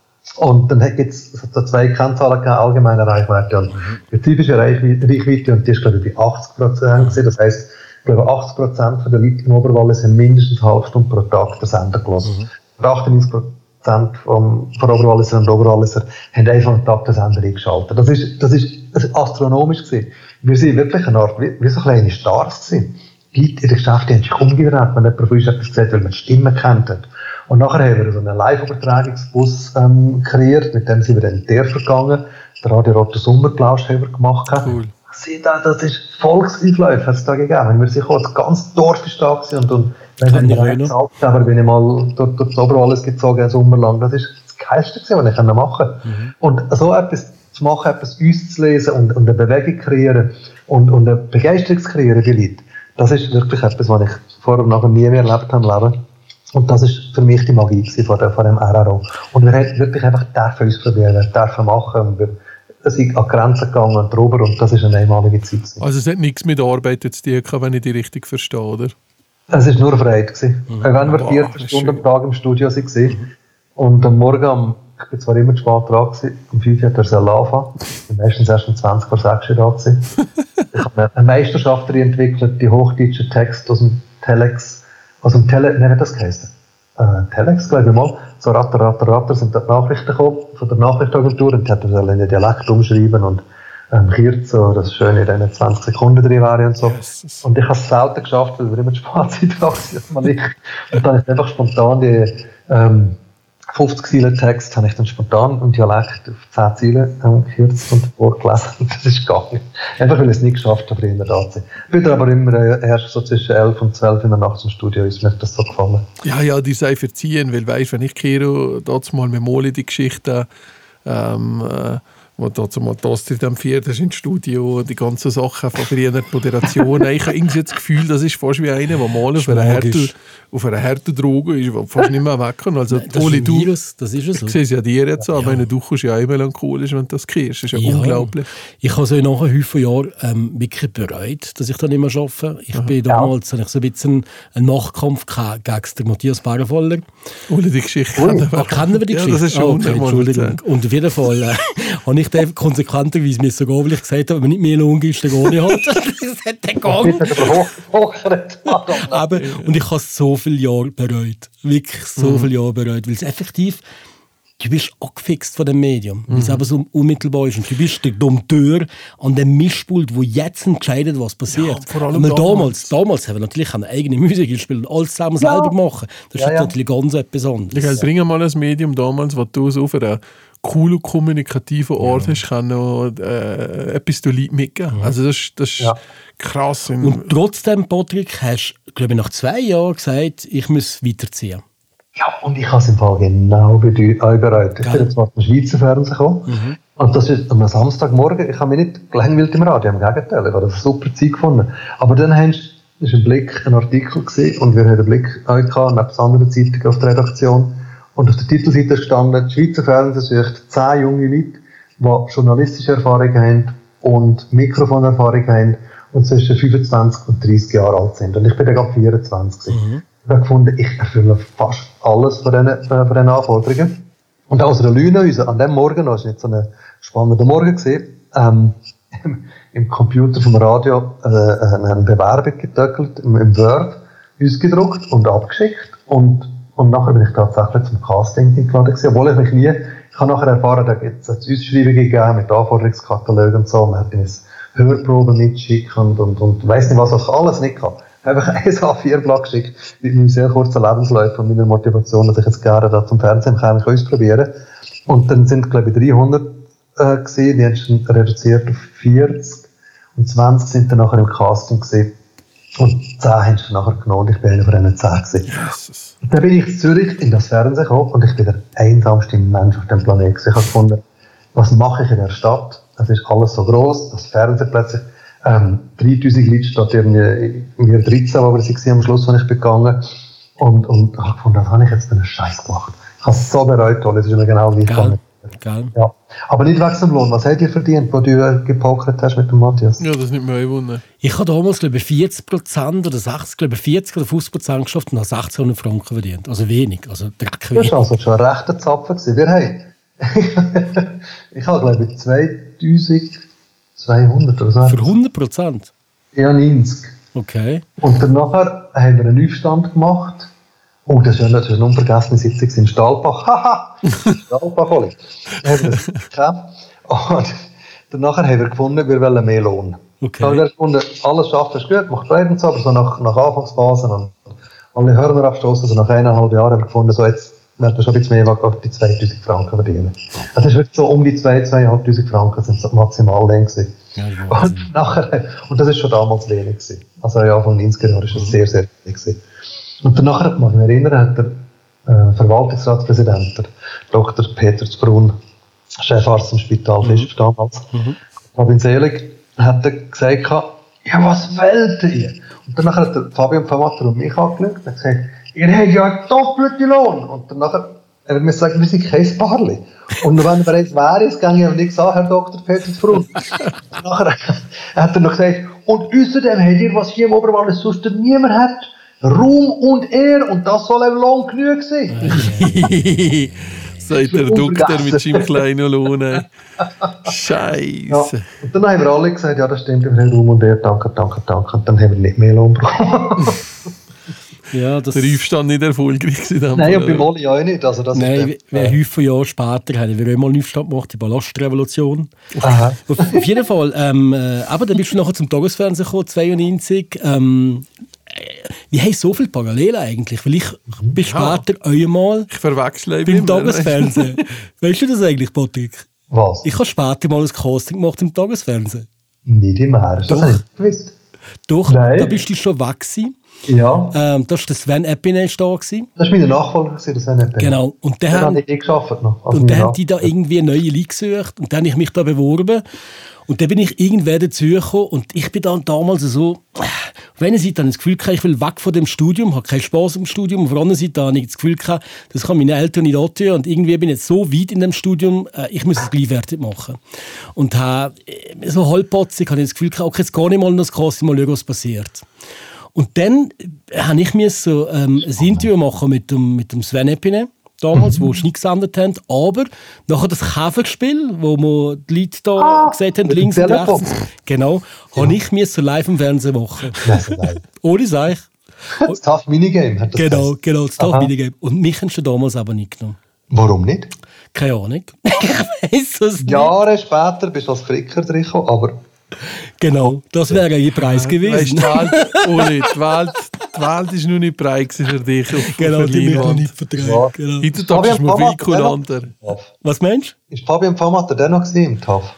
Und dann gibt es so zwei Kennzahlen gegeben, allgemeine Reichweite und die typische Reichweite, und die ist, glaube ich, bei achtzig Prozent gewesen. Das heisst, ich glaube, achtzig Prozent der Leute im Oberwallis haben mindestens eine halbe Stunde pro Tag den Sender gehört. Mhm. achtundneunzig Prozent von Oberwalliser und Oberwalliser haben einfach einen Tag den Sender eingeschaltet. Das ist, das ist, das ist astronomisch gewesen. Wir sind wirklich eine Art, wie, wie so kleine Stars gewesen. Die Leute in den Geschäften haben sich umgedreht, wenn jemand von uns etwas gesagt hat, weil man die Stimme kennt. Und nachher haben wir so einen Live-Übertragungsbus ähm, kreiert, mit dem sind wir dann in die Dörfer gegangen. Der Radio Roter Sommerplausch haben wir gemacht.
Cool.
Das ist Volksaufläufe, hat es da gegeben. Wir sind das ganze Dorf ist da gewesen und, und wenn wir nicht gezahlt haben, aber bin ich mal durch, durch das Oberwallis gezogen, sommerlang. Das ist das Geilste gewesen, was ich machen konnte. Mhm. Und so etwas zu machen, etwas uns zu lesen und, und eine Bewegung kreieren und, und eine Begeisterung zu kreieren bei Leuten, das ist wirklich etwas, was ich vorher und nachher nie mehr erlebt habe im Leben. Und das ist für mich die Magie von, der, von dem R R O. Und wir haben wirklich einfach dürfen ausprobieren, wir dürfen machen. Und wir sind an die Grenzen gegangen und drüber. Und das ist eine einmalige Zeit.
Also es hat nichts mit Arbeit zu tun, wenn ich die richtig verstehe, oder?
Es war nur Freude. Mhm. Wenn wir
Boah,
vierzig Stunden am Tag im Studio waren mhm. und am Morgen, am, ich bin zwar immer zu spät dran gewesen, um fünf Uhr hat er anfangen. Ich bin meistens erst um zwanzig vor sechs Uhr da gewesen. Ich habe eine Meisterschaft entwickelt, die hochdeutschen Texte aus dem Telex. Also im Tele, ne, wie hat das geheißen? Äh, Telex, glaube ich mal. So ratter, ratter, ratter sind die Nachrichten gekommen von der Nachrichtenagentur und die hat das in den Dialekt umschreiben und ähm, kürzen, so, das schön in diesen zwanzig Sekunden drin wäre und so. Yes. Und ich habe es selten geschafft, weil wir immer die Sparzeit da waren. Und dann habe ich einfach spontan die ähm, fünfzig Zeilen Text habe ich dann spontan im Dialekt auf zehn Zeilen ähm, gekürzt und vorgelesen. Das ist gar nicht. Einfach weil ich es nicht geschafft habe, früher da zu sein. Ich bin aber immer äh, erst so zwischen elf und zwölf in der Nacht im Studio, ist mir das so gefallen.
Ja, ja, die sei verziehen, weil weißt, wenn ich kehre, dort mal mit Moli die Geschichte, ähm, äh, wo dort mal Astrid am Viert ist ins Studio, die ganzen Sachen von früher die Moderation. Ich habe irgendwie das Gefühl, das ist fast wie einer, der mal auf einer Härte, auf einer Härte Droge ist, der fast nicht mehr weg kann. Also,
das Oli, du, Virus, das ist ja so.
Ich sehe es ja dir jetzt an, ja. Meine, du kannst ja auch melancholisch, wenn du das kriegst. Das ist ja, ja unglaublich.
Ich habe so nach einem Haufen Jahren ähm, wirklich bereut, dass ich da nicht mehr arbeite. Ich Aha. bin damals, ja. habe ich so ein bisschen einen Nachkampf gegen den Matthias Bärenvoller.
Oli, die Geschichte
kennen wir. Ah, kennen wir die Geschichte?
Ja, das ist schon
oh, okay, Entschuldigung. Und auf jeden Fall äh, habe ich dann konsequenterweise müssen gehen, weil ich gesagt habe, wenn man nicht mehr Lohn gibt, dann gehe ich halt. Das hat dann gegangen. Aber, und ich habe so viele Jahre bereut. Wirklich so mhm. viele Jahre bereut. Weil es effektiv, du bist angefixt von dem Medium, weil es eben so unmittelbar ist. Und du bist der Dompteur an dem Mischpult, wo jetzt entscheidet, was passiert. Ja,
vor allem
damals.
damals.
Damals haben wir natürlich eine eigene Musik gespielt und alles zusammen ja. selber machen. Das ist ja, ja. natürlich ganz etwas anderes.
Ich bringe mal ein Medium damals, was du so für einen coolen, kommunikativen Ort ja. hast, kann noch äh, etwas den Leuten mitgeben. Ja. Also das, das ist ja. krass.
Und trotzdem, Patrick, hast du, glaube ich, nach zwei Jahren gesagt, ich muss weiterziehen.
Ja, und ich habe es im Fall genau bereitet. Ich bin jetzt mal zum Schweizer Fernsehen gekommen. Mhm. Und das ist am Samstagmorgen, ich habe mich nicht gelangweilt im Radio, im Gegenteil, ich habe eine super Zeit gefunden. Aber dann war ein Blick, ein Artikel gewesen, und wir haben einen Blick auch gehabt, neben anderen Zeitungen auf der Redaktion. Und auf der Titelseite stand, die Schweizer Fernsehen sucht zehn junge Leute, die journalistische Erfahrung haben und Mikrofonerfahrung haben und zwischen fünfundzwanzig und dreißig Jahre alt sind. Und ich bin dann gerade vierundzwanzig. Mhm. Ich habe gefunden, ich erfülle fast alles von diesen, von diesen Anforderungen. Und aus einer Lüne, an dem Morgen, das war nicht so ein spannender Morgen, gewesen, ähm, im, im Computer vom Radio äh, eine Bewerbung getöckelt, im, im Word, uns gedruckt und abgeschickt. Und, und nachher bin ich tatsächlich zum Casting eingeladen gewesen, obwohl ich mich nie, ich habe nachher erfahren, da gibt es Ausschreibungen gegeben mit Anforderungskatalogen und so, man hat mir Hörproben mitschicken und, und, und weiss nicht was, was ich alles nicht kann. Einfach ein A vier Blatt geschickt mit meinem sehr kurzen Lebenslauf und meiner Motivation, dass ich jetzt gerne da zum Fernsehen kann, ausprobieren. Und dann sind, glaube ich, dreihundert äh, gewesen, die haben dann reduziert auf vierzig und zwanzig sind dann nachher im Casting gewesen. Und zehn haben sie nachher genommen, ich bin einer von diesen zehn gewesen. Jesus. Und dann bin ich in Zürich in das Fernsehen gekommen und ich bin der einsamste Mensch auf dem Planeten. Ich habe gefunden, was mache ich in der Stadt? Es ist alles so gross, das Fernsehen plötzlich. Ähm, dreitausend Leute statt irgendwie, wir dreizehn, aber sie waren am Schluss, als ich begangen und, und habe gefunden, was habe ich jetzt für einen Scheiß gemacht? Ich habe es so bereut, weil es ist mir genau wie gegangen. Ja. Aber nicht wegen dem Lohn. Was habt ihr verdient, wo du äh, gepokert hast mit dem Matthias?
Ja, das nimmt mir auch Wunder.
Ich habe damals, glaube ich, vierzig Prozent oder sechzig, glaube ich, vierzig oder fünfzig Prozent geschafft und habe sechzehnhundert Franken verdient. Also wenig, also dreckig wenig.
Das war also schon ein rechter Zapfen gewesen. Wir haben, ich habe, glaube ich, zweitausendzweihundert oder so.
Für hundert Prozent?
Ja, neunzig.
Okay.
Und danach haben wir einen Aufstand gemacht. Oh, das ist ja natürlich eine unvergessene Sitzung im Stahlbach. Haha! Stahlbach, Oli. Und danach haben wir gefunden, wir wollen mehr Lohn.
Okay.
Dann haben wir gefunden, alles schafft ist gut, macht beiden so, aber so nach, nach Anfangsphasen und alle Hörner abstoßen, also nach eineinhalb Jahren haben wir gefunden, so jetzt werden wir schon ein bisschen mehr als die zweitausend Franken verdienen. Das ist wirklich so um die zwei, zweitausendfünfhundert Franken sind so maximal lang gewesen. Ja, und, nachher, und das ist schon damals wenig gewesen. Also Anfang neunziger Jahre ist das sehr, sehr wenig gewesen. Und danach, hat man mich erinnern, hat der äh, Verwaltungsratspräsident, der Doktor Peter Zbrun, Chefarzt im Spital Fisch mhm. damals, mhm. Fabian Selig, hat er gesagt, ja, was wollt ihr? Und danach hat der Fabian Pfamatter und mich angeschaut und gesagt, ihr habt ja einen doppelten Lohn. Und danach hat er mir gesagt, wir sind kein Sparli. Und wenn er bereits wäre, es ginge aber nichts an, Herr Doktor Peter Zbrun. Nachher hat er noch gesagt, und außerdem habt ihr, was hier im Oberwallis sonst niemand hat, Ruhm und Ehre, und das soll auch lang genug sein.
Sagt der Doktor mit seinem kleinen Lohn. Scheiße.
Ja. Und dann haben wir alle gesagt, ja, das stimmt, wir haben Ruhm und Ehre, danke, danke, danke. Und dann haben wir nicht mehr Lohn bekommen.
Ja, das
der Aufstand nicht erfolgreich gewesen.
Nein, und bei Molly auch nicht. Also das
Nein,
ist
wir haben häufig Jahre später haben wir auch mal einen Aufstand gemacht, die Ballastrevolution. Aha. Auf, auf jeden Fall. Ähm, äh, aber dann bist du nachher zum Tagesfernsehen gekommen, zweiundneunzig. Ähm, wir haben so viele Parallelen eigentlich, weil ich mhm. bin später ja. einmal
ich verwechsle
beim Tagesfernsehen. Weißt du das eigentlich, Patrick?
Was?
Ich habe später mal ein Casting gemacht im Tagesfernsehen.
Nicht im Ernst, das habe ich nicht gewusst.
Doch, Nein. da bist du schon weg gewesen.
Ja.
Ähm, da war der Sven Epinel da gewesen.
Das war meine Nachfolger, der Sven Epinel.
Genau. Und der
habe ich eh geschafft noch.
Also und dann haben die da irgendwie eine neue Leute gesucht und dann habe ich mich da beworben. Und dann bin ich irgendwann dazu gekommen und ich bin dann damals so, auf einer Seite habe ich das Gefühl gehabt, ich will weg von dem Studium, habe keinen Spass im Studium. Auf der anderen Seite habe ich das Gefühl gehabt, das kann meine Eltern nicht antun. Und irgendwie bin ich jetzt so weit in dem Studium, ich muss es gleichwertig machen. Und habe so halbpatzig habe ich das Gefühl gehabt, okay, jetzt gar nicht mal in das Casting, mal schauen, was passiert. Und dann habe ich mir so ähm, ein Interview machen mit dem, mit dem Sven Epinel. Damals, mhm. wo sie nicht gesendet haben, aber nachher das Käferspiel, wo wir die Leute da ah, gesagt haben, links und rechts, genau, ja. habe ich mir so live im Fernsehen machen. Ohne Seich.
Das Tough Minigame hat das
Genau, heißt. genau, das Tough Minigame. Und mich hast du damals aber nicht genommen.
Warum nicht?
Keine Ahnung. Ich weiss es nicht.
Jahre später bist du als Fricker drin gekommen, aber...
Genau, das wäre ein Preis gewesen.
Weißt, die Welt, Uli, die Welt, die Welt ist noch nicht breit für dich. Auf,
genau,
auf
die wird noch
Leinwand.
nicht vertragen.
Ja.
Genau.
Heutzutage ist man viel kulanter.
Was meinst
du? Ist Fabian Pfammatter der noch im T A F?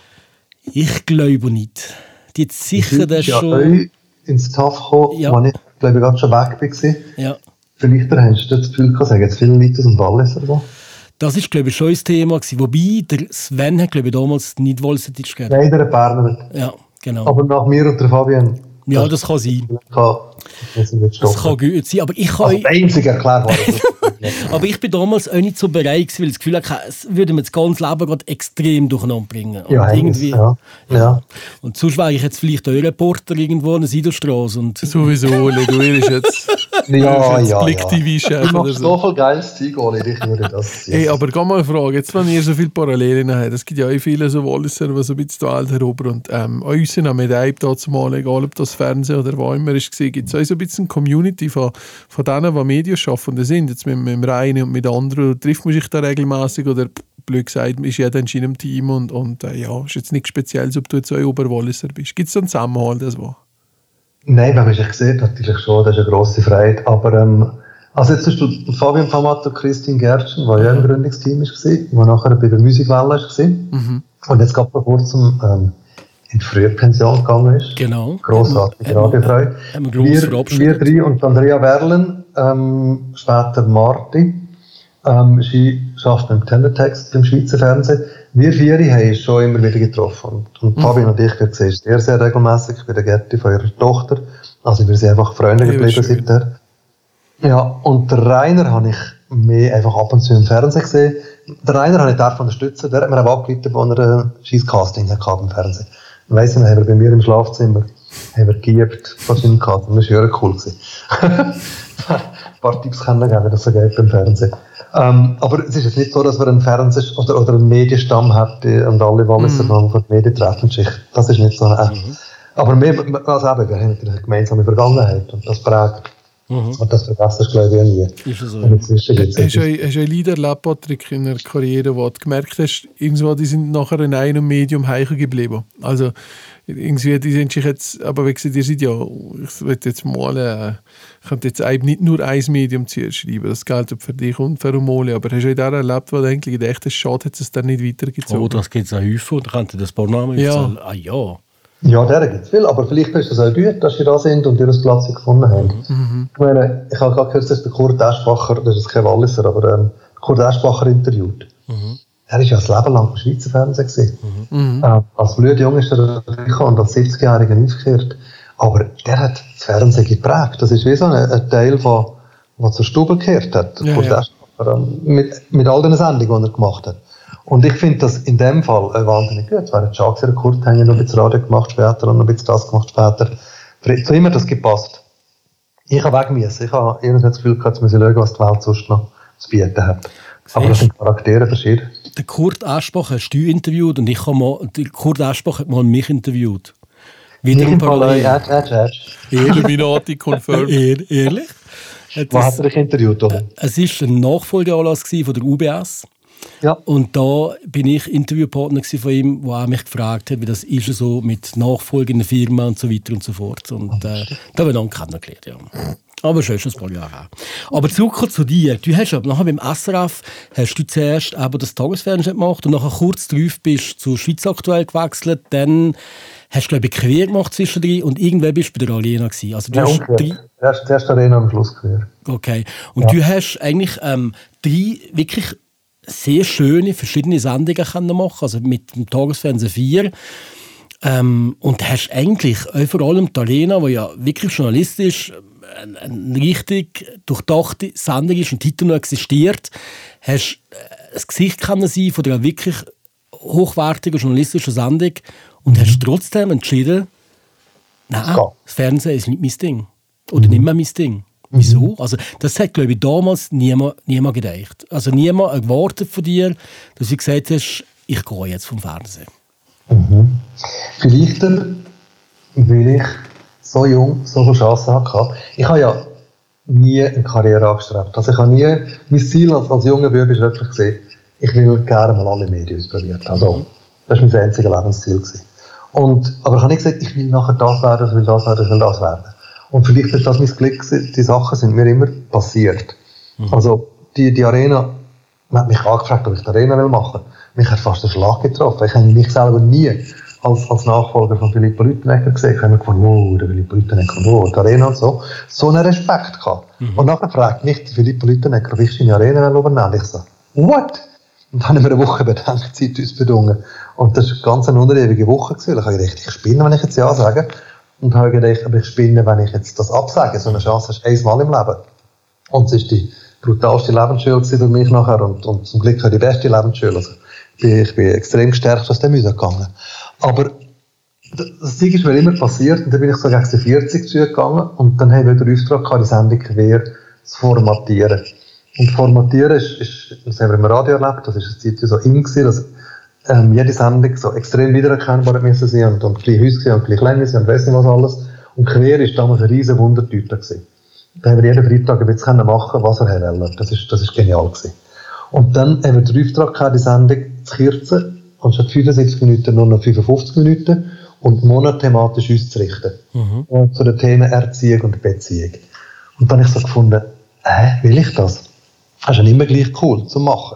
Ich glaube nicht. Die hat sicher das
ja
schon...
ins T A F gekommen,
ja.
als ich, glaube ich, gerade schon weg war.
Ja.
Vielleicht hast du das Gefühl gehabt, sagen jetzt viele Leute aus dem Wallis oder so?
Das war, glaube ich, schon ein Thema gewesen. Wobei, der Sven hat, glaube ich, damals nicht Walliserdeutsch gehabt.
Nein, der Berner.
Ja, genau.
Aber nach mir und der Fabian...
Ja, das kann sein.
Kann, das,
das kann gut sein, aber ich kann...
Also, der einzige erklärt war
aber ich bin damals auch nicht so bereit gewesen, weil ich das Gefühl hatte, es würde mir das ganze Leben gerade extrem durcheinander bringen. Und
ja,
irgendwie,
ja. ja.
Und sonst wäre ich jetzt vielleicht auch Reporter irgendwo an der Seidelstraße. Und
sowieso, Oli, du wirst jetzt...
Ja, ja,
Blick-T V-Chef
ja.
oder
so.
so
viel geiles Zeug, Oli, ich würde das sehen.
Hey, aber geh mal eine Frage, jetzt wenn ihr so viele Parallelen habt, es gibt ja auch viele so Walliser, die so ein bisschen die Welt erobern und ähm, uns haben mit einem da zumal, egal ob das Fernsehen oder wo immer ist, gibt es auch so ein bisschen eine Community von, von denen, die Medienschaffende sind, jetzt mit, mit dem Reinen und mit anderen, trifft man sich da regelmäßig oder blöd gesagt, ist jeder in seinem Team und, und äh, ja, ist jetzt nichts Spezielles, ob du jetzt auch Oberwalliser bist. Gibt es so einen Zusammenhalt, das war?
Nein, wenn man sich sieht, natürlich schon, das ist eine grosse Freude. Aber ähm, also jetzt hast du Fabian Pfammatter und Christine Gertschen, die ja im Gründungsteam war, die nachher bei der Musikwelle war. Mhm. Und jetzt gerade vor kurzem ähm, in die Frühpension gegangen ist.
Genau.
Grossartige Radiofreude. Wir, wir drei und Andrea Werlen, ähm, später Marti. Ähm, sie arbeitet beim Teletext beim Schweizer Fernsehen. Wir vier haben uns schon immer wieder getroffen. Und, und mhm. Fabian und ich, wir sehen sehr, sehr regelmäßig bei der Gerti von ihrer Tochter. Also wir sind einfach Freunde geblieben seither. Ja, und der Rainer habe ich mehr einfach ab und zu im Fernsehen gesehen. Der Rainer habe ich dafür unterstützen. Der hat mir auch angerufen, als er ein scheiß Casting hatte im Fernsehen. Ich weiss nicht, haben wir bei mir im Schlafzimmer haben wir geübt von seinem Casting. Das war ja cool. Ein paar Tipps kennengelernt, wie das so geht beim Fernsehen. Ähm, aber es ist jetzt nicht so, dass wir einen Fernseh- oder, oder einen Medienstamm hätten und alle Walliser mhm. von der Medientreffenschicht. Das ist nicht so. Äh. Mhm. Aber wir, also eben, wir haben natürlich eine gemeinsame Vergangenheit und das prägt. Mhm. Und das vergessen glaube ich auch nie. Ist so. Und
ist jetzt hast du ein Lied erlebt, Patrick, in der Karriere, wo du gemerkt hast, irgendwo, die sind nachher in einem Medium heicher geblieben? Also irgendwie, die sind sich jetzt, aber wie gesagt, ihr seid ja, ich will jetzt mal, äh, ich könnte jetzt nicht nur ein Medium zuschreiben, das gilt für dich und für Moli, aber hast du auch da erlebt, wo du eigentlich gedacht hast, schade, hat es dann nicht weitergezogen?
Oh, das gibt es auch häufig, da könnte das paar Namen
ja.
sagen. Ah ja.
Ja, der gibt es viel, aber vielleicht ist es auch gut, dass sie da sind und ihren Platz gefunden haben. Mhm. Ich meine, ich habe gerade gehört, dass der Kurt Eschbacher, das ist kein Walliser, aber ähm, Kurt Eschbacher interviewt. Mhm. Er war ja das Leben lang im Schweizer Fernsehen gewesen. Mhm. Äh, als Blutjung ist er gekommen und als siebzigjähriger aufgehört. Aber der hat das Fernsehen geprägt. Das ist wie so ein, ein Teil, der zur Stube gekehrt hat. Ja, Kurt ja. Eschbacher, ähm, mit, mit all den Sendungen, die er gemacht hat. Und ich finde das in dem Fall äh, wahnsinnig gut. Es wäre schade gewesen, Kurt hat noch ein bisschen Radio gemacht später und noch ein bisschen das gemacht später. Zu ihm hat das gepasst. Ich habe weg müssen. Ich habe irgendwie das Gefühl gehabt, jetzt muss ich schauen, was die Welt sonst noch zu bieten hat. Aber das sind Charaktere verschieden.
Der Kurt Eschbach hast du interviewt und ich habe mal, der Kurt Eschbach hat mal mich interviewt.
Wieder im Parallel. Edge, Edge, Edge.
Illuminati confirmed.
Ehr, ehrlich?
Wo hat er dich interviewt, oder?
Es war ein Nachfolgeanlass von der U B S. Ja. Und da bin ich Interviewpartner von ihm, wo er mich gefragt hat, wie das ist so mit nachfolgenden Firmen und so weiter und so fort. Und äh, da habe ich dann kennengelernt, ja. Aber schon ist ein paar Jahre auch. Aber zurück zu dir. Du hast aber nachher beim S R F hast du zuerst aber das Tagesfernsehen gemacht und nachher kurz darauf bist du zu Schweiz Aktuell gewechselt. Dann hast du, glaube ich, quer gemacht zwischendrin und irgendwann bist du bei der Arena gewesen. Also, du
ja,
hast
drei... Erst, erst Arena am Schluss quer.
Okay. Und ja. du hast eigentlich ähm, drei wirklich sehr schöne, verschiedene Sendungen können machen, also mit dem Tagesfernsehen vier. Ähm, und hast eigentlich auch vor allem die Arena, die ja wirklich journalistisch eine, eine richtig durchdachte Sendung ist und Titel noch existiert, hast ein Gesicht können sein von einer wirklich hochwertigen journalistischen Sendung und mhm. hast trotzdem entschieden, nein, das Fernsehen ist nicht mein Ding. Oder mhm. nicht mehr mein Ding. Wieso? Also, das hat, glaube ich, damals niemand, niemand gedacht. Also niemand erwartet von dir, dass du gesagt hast, ich gehe jetzt vom Fernsehen.
Mhm. Vielleicht, weil ich so jung so viele Chancen hatte. Ich habe ja nie eine Karriere angestrebt. Also ich habe nie, mein Ziel als, als junger Bub war wirklich gesehen, ich will gerne mal alle Medien ausprobieren. Also, das war mein einziges Lebensziel gewesen. Und, aber ich habe nicht gesagt, ich will nachher das werden, ich will das werden, ich will das werden. Und vielleicht ist das mein Glück gewesen, die Sachen sind mir immer passiert. Mhm. Also, die, die Arena, man hat mich angefragt, ob ich die Arena will machen. Mich hat fast der Schlag getroffen. Ich habe mich selber nie als, als Nachfolger von Filippo Lüttenegger gesehen. Ich habe mir gedacht, wow, der Filippo Lüttenegger, wow, die Arena und so. So einen Respekt gehabt. Mhm. Und nachher fragt mich der Filippo Lüttenegger, ob ich die Arena übernehmen. Ich so, what? Und dann haben wir eine Woche Bedenkzeit uns bedungen. Und das war ganz eine unewige Woche gewesen. Ich habe gedacht, ich spinne, wenn ich jetzt Ja sage. Und habe gedacht, aber ich spinne, wenn ich jetzt das absage. So eine Chance hast du einmal im Leben. Und es war die brutalste Lebensschule für mich nachher. Und, und zum Glück auch die beste Lebensschule. Also, ich, bin, ich bin extrem gestärkt aus dem gegangen. Aber das Ding ist mir immer passiert. Und dann bin ich so gegen die vierzig gegangen. Und dann haben wir den Auftrag gehabt, die Sendung quer zu formatieren. Und formatieren ist, ist, das haben wir im Radio erlebt, das ist eine Zeit so in gewesen, dass ähm, jede Sendung so extrem wiedererkennbar müssen sein und, und gleich Häuschen und gleich Länge sein und weiss nicht was alles. Und quer ist damals eine riesen Wundertüte gewesen. Da haben wir jeden Freitag ein bisschen machen, was er wollte. Das ist, das ist genial gewesen. Und dann haben wir den Auftrag gehabt, die Sendung zu kürzen, anstatt fünfundsiebzig Minuten nur noch fünfundfünfzig Minuten und monothematisch auszurichten. Mhm. Und zu den Themen Erziehung und Beziehung. Und dann habe ich so gefunden, hä, will ich das? Das ist ja immer gleich cool zu machen.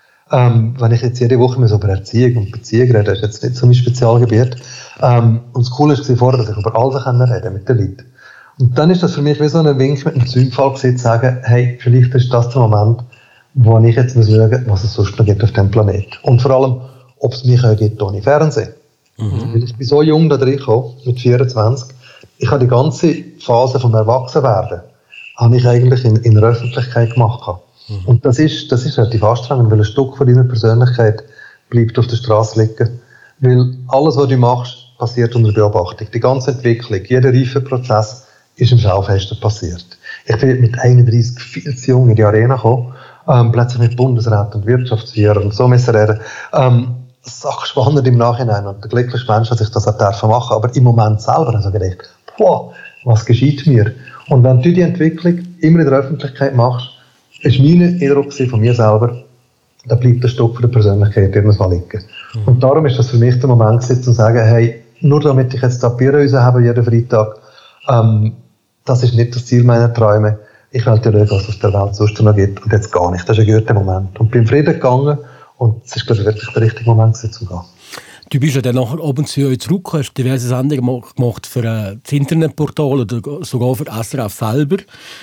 Ähm, wenn ich jetzt jede Woche so über Erziehung und Beziehung rede, das ist jetzt nicht so mein Spezialgebiet. Ähm, und das Coole war vorher, dass ich über alles reden mit den Leuten. Und dann ist das für mich wie so ein Wink mit einem Zündfall gewesen, zu sagen, hey, vielleicht ist das der Moment, wo ich jetzt muss schauen, was es sonst noch gibt auf diesem Planeten. Und vor allem, ob es mich auch gibt ohne Fernsehen. Mhm. Weil ich bin so jung da drin gekommen, mit vierundzwanzig. Ich habe die ganze Phase vom Erwachsenwerden, habe ich eigentlich in, in der Öffentlichkeit gemacht. Mhm. Und das ist, das ist relativ anstrengend, weil ein Stück von deiner Persönlichkeit bleibt auf der Straße liegen. Weil alles, was du machst, passiert unter Beobachtung. Die ganze Entwicklung, jeder Reifeprozess ist im Schaufenster passiert. Ich bin mit einunddreißig viel zu jung in die Arena gekommen, ähm, plötzlich mit Bundesrat und Wirtschaftsführer und so müssen reden. Ähm, Sache spannend im Nachhinein und der glückliche Mensch, dass ich das auch machen darf. Aber im Moment selber habe ich gedacht, boah, was geschieht mir? Und wenn du die Entwicklung immer in der Öffentlichkeit machst, ist mein Eindruck von mir selber, da bleibt ein Stück von der Persönlichkeit irgendwann liegen. Mhm. Und darum ist das für mich der Moment gewesen, zu sagen, hey, nur damit ich jetzt das Bier raus habe, jeden Freitag, ähm, das ist nicht das Ziel meiner Träume. Ich will dir schauen, was es auf der Welt sonst noch gibt. Und jetzt gar nicht. Das ist ein guter Moment. Und bin Frieden gegangen. Und es ist, glaube ich, wirklich der richtige Moment, um zu gehen. Du bist ja dann nachher oben zu euch zurück, hast diverse Sendungen gemacht für äh, das Internetportal oder sogar für S R F selber.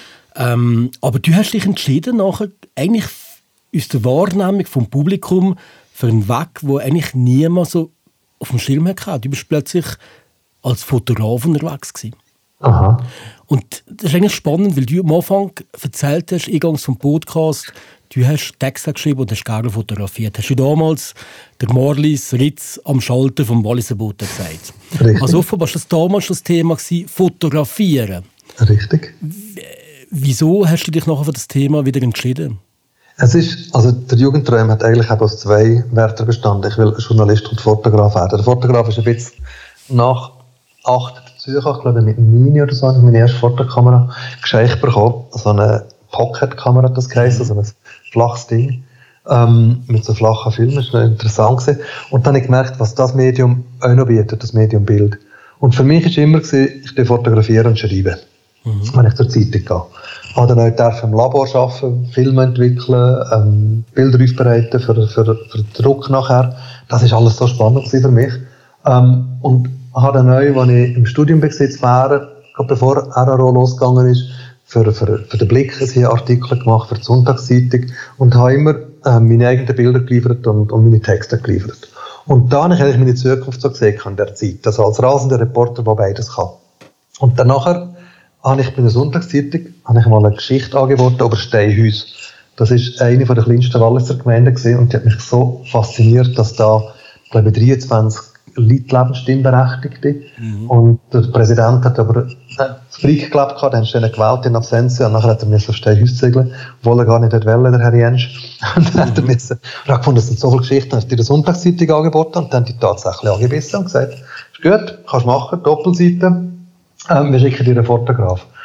Ähm, aber du hast dich entschieden, nachher eigentlich aus der Wahrnehmung vom Publikum für einen Weg, wo eigentlich niemand so auf dem Schirm hatte. Du bist plötzlich als Fotograf unterwegs gewesen. Aha. Und das ist eigentlich spannend, weil du am Anfang erzählt hast, eingangs vom Podcast, du hast Texte geschrieben und hast gerne fotografiert. Hast du damals der Marlies Ritz am Schalter vom Walliser Boot gesagt? Richtig. Also offenbar war das damals schon das Thema gewesen, fotografieren. Richtig. W- wieso hast du dich nachher für das Thema wieder entschieden? Es ist, also der Jugendtraum hat eigentlich aus zwei Wörtern bestanden. Ich will Journalist und Fotograf werden. Der Fotograf ist ein bisschen nach acht dazugekommen, ich glaube mit neun oder so, habe ich meine erste Fotokamera geschenkt bekommen. So eine Pocket-Kamera hat das geheißen, so ein flaches Ding, ähm, mit so flachen Filmen, das war interessant gewesen. Und dann habe ich gemerkt, was das Medium auch noch bietet, das Medium Bild. Und für mich war immer, gewesen, ich fotografieren und schreiben, mhm. wenn ich zur Zeitung gehe. Ich habe dann auch im Labor arbeiten, Filme entwickeln, ähm, Bilder aufbereiten für, für, für den Druck nachher. Das war alles so spannend für mich. Ähm, und habe dann neu, als ich im Studium war, gerade bevor R R O losgegangen ist, für, für, für den Blick einen Artikel gemacht, für die Sonntagszeitung und habe immer äh, meine eigenen Bilder geliefert und, und meine Texte geliefert. Und da habe ich eigentlich meine Zukunft so gesehen in der Zeit, also als rasender Reporter, der beides kann. Und danach habe ich bei der Sonntagszeitung habe ich mal eine Geschichte angeboten über Steinhäus. Das war eine der kleinsten Walliser Gemeinden gewesen, und die hat mich so fasziniert, dass da, glaube ich, dreiundzwanzig Leute leben, Stimmberechtigte. Mhm. Und der Präsident hat aber das Freak gelebt, dann haben sie ihn gewählt in Absentia, und nachher hat er mir auf Steinhäus zügeln, obwohl er gar nicht wollte, der Herr Jensch. Und dann hat er müssen, und er gefunden, das sind so viele Geschichten, hat er die Sonntagszeitung angeboten, und dann die tatsächlich angebissen und gesagt, ist gut, kannst machen, Doppelseite, ähm, wir schicken dir einen Fotograf.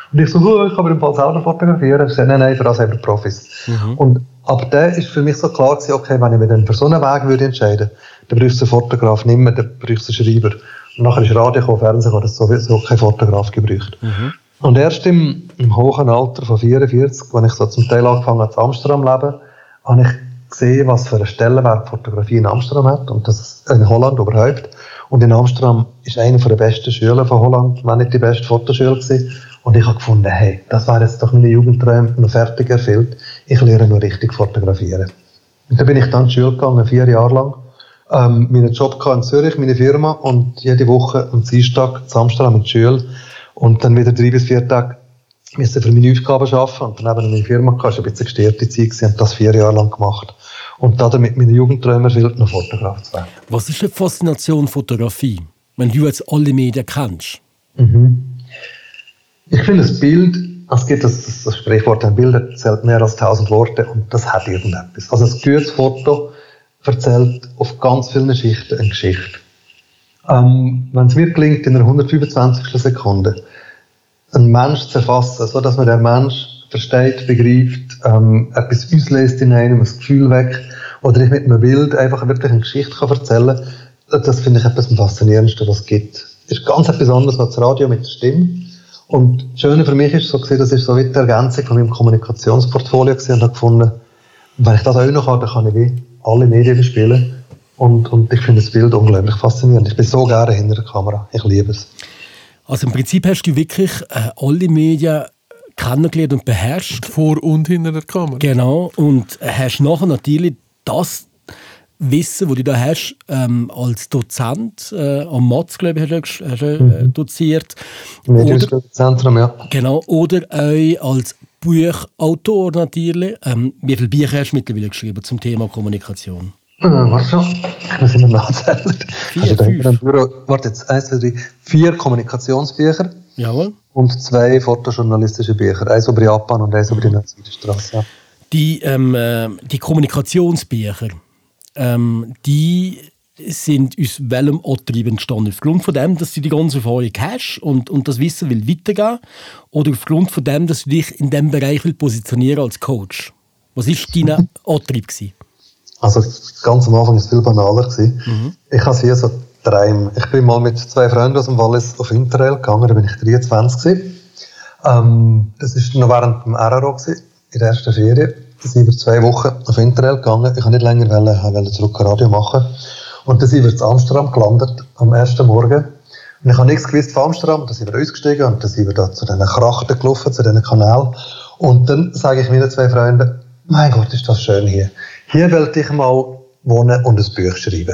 Und ich so, oh, ich kann mir im Fall selber fotografieren. Ich so, nein, nein, für das haben wir Profis. Mhm. Und ab da ist für mich so klar gewesen, okay, wenn ich mich dann für so einen Weg würde entscheiden, dann brauchst du einen Fotograf nicht mehr, dann brauchst du einen Schreiber. Und nachher ist Radio gekommen, Fernsehen gekommen, dass sowieso kein Fotograf gebraucht. Mhm. Und erst im, im hohen Alter von vierundvierzig, als ich so zum Teil angefangen habe, zu Amsterdam zu leben, habe ich gesehen, was für einen Stellenwert Fotografie in Amsterdam hat und das in Holland überhaupt. Und in Amsterdam ist einer der besten Schulen von Holland, wenn nicht die beste Fotoschule gewesen. Und ich habe gefunden, hey, das wäre jetzt doch meine Jugendträume noch fertig erfüllt. Ich lerne nur richtig fotografieren. Und da bin ich dann in die Schule gegangen, vier Jahre lang. Ähm, meinen Job in Zürich, meine Firma, und jede Woche am Dienstag zu Amsterdam in die Schule. Und dann wieder drei bis vier Tage müssen für meine Aufgaben arbeiten. Und dann eben meine Firma gehabt, das war ein bisschen gestörte Zeit gewesen, und das vier Jahre lang gemacht. Und damit meine Jugendträume erfüllt, noch Fotograf zu werden.
Was ist die Faszination Fotografie, wenn du jetzt alle Medien kennst?
Mhm. Ich finde das Bild, es gibt das, das, das Sprichwort, ein Bild erzählt mehr als tausend Worte, und das hat irgendetwas. Also ein gutes Foto erzählt auf ganz vielen Schichten eine Geschichte. Ähm, wenn es mir gelingt, in einer hundertfünfundzwanzig Sekunde einen Menschen zu erfassen, so dass man den Mensch versteht, begreift, ähm, etwas auslöst in einem, ein Gefühl weg, oder ich mit einem Bild einfach wirklich eine Geschichte kann erzählen kann, das finde ich etwas am faszinierendsten, was es gibt. Es ist ganz etwas anderes als das Radio mit der Stimme. Und das Schöne für mich ist so gewesen, das ist so wie die Ergänzung von meinem Kommunikationsportfolio gewesen, und habe gefunden, wenn ich das auch noch habe, dann kann ich wie alle Medien bespielen. Und, und ich finde das Bild unglaublich faszinierend. Ich bin so gerne hinter der Kamera. Ich liebe es.
Also im Prinzip hast du wirklich äh, alle Medien kennengelernt und beherrscht.
Vor und hinter der Kamera.
Genau. Und hast nachher natürlich das Wissen, das du da hast, ähm, als Dozent äh, am Matz, glaube ich, hast du, hast du äh, mhm. doziert.
Medienzentrum, ja.
Genau. Oder auch als Buchautor natürlich. Ähm, wie viele Bücher hast du mittlerweile geschrieben zum Thema Kommunikation?
Äh, warte schon, ich muss immer nachzählen.
Vier,
also
fünf.
Im Büro, warte jetzt, eins, zwei, drei, vier Kommunikationsbücher.
Jawohl.
Und zwei fotojournalistische Bücher. Eins über Japan und eins über die Nord-Süd-Straße. Ja.
Die, ähm, äh, die Kommunikationsbücher, ähm, die sind aus welchem Antrieb entstanden? Aufgrund von dem, dass du die ganze Erfahrung hast und, und das Wissen will weitergeben, oder aufgrund von dem, dass du dich in diesem Bereich will positionieren als Coach? Was war dein Antrieb gewesen?
Also ganz am Anfang war es viel banaler. Mhm. Ich habe hier so Träume. Ich bin mal mit zwei Freunden aus dem Wallis auf Interrail gegangen, da bin ich dreiundzwanzig. Ähm, das war noch während dem R R O, in der ersten Ferien. Da sind wir zwei Wochen auf Interrail gegangen. Ich wollte nicht länger wollen, wollte zurück Radio machen. Und dann sind wir in Amsterdam gelandet, am ersten Morgen. Und ich habe nichts gewusst von Amsterdam. Da sind wir ausgestiegen und dann sind wir da zu diesen Krachten gelaufen, zu diesen Kanälen. Und dann sage ich meinen zwei Freunden, mein Gott, ist das schön hier. Hier wollte ich mal wohnen und ein Buch schreiben.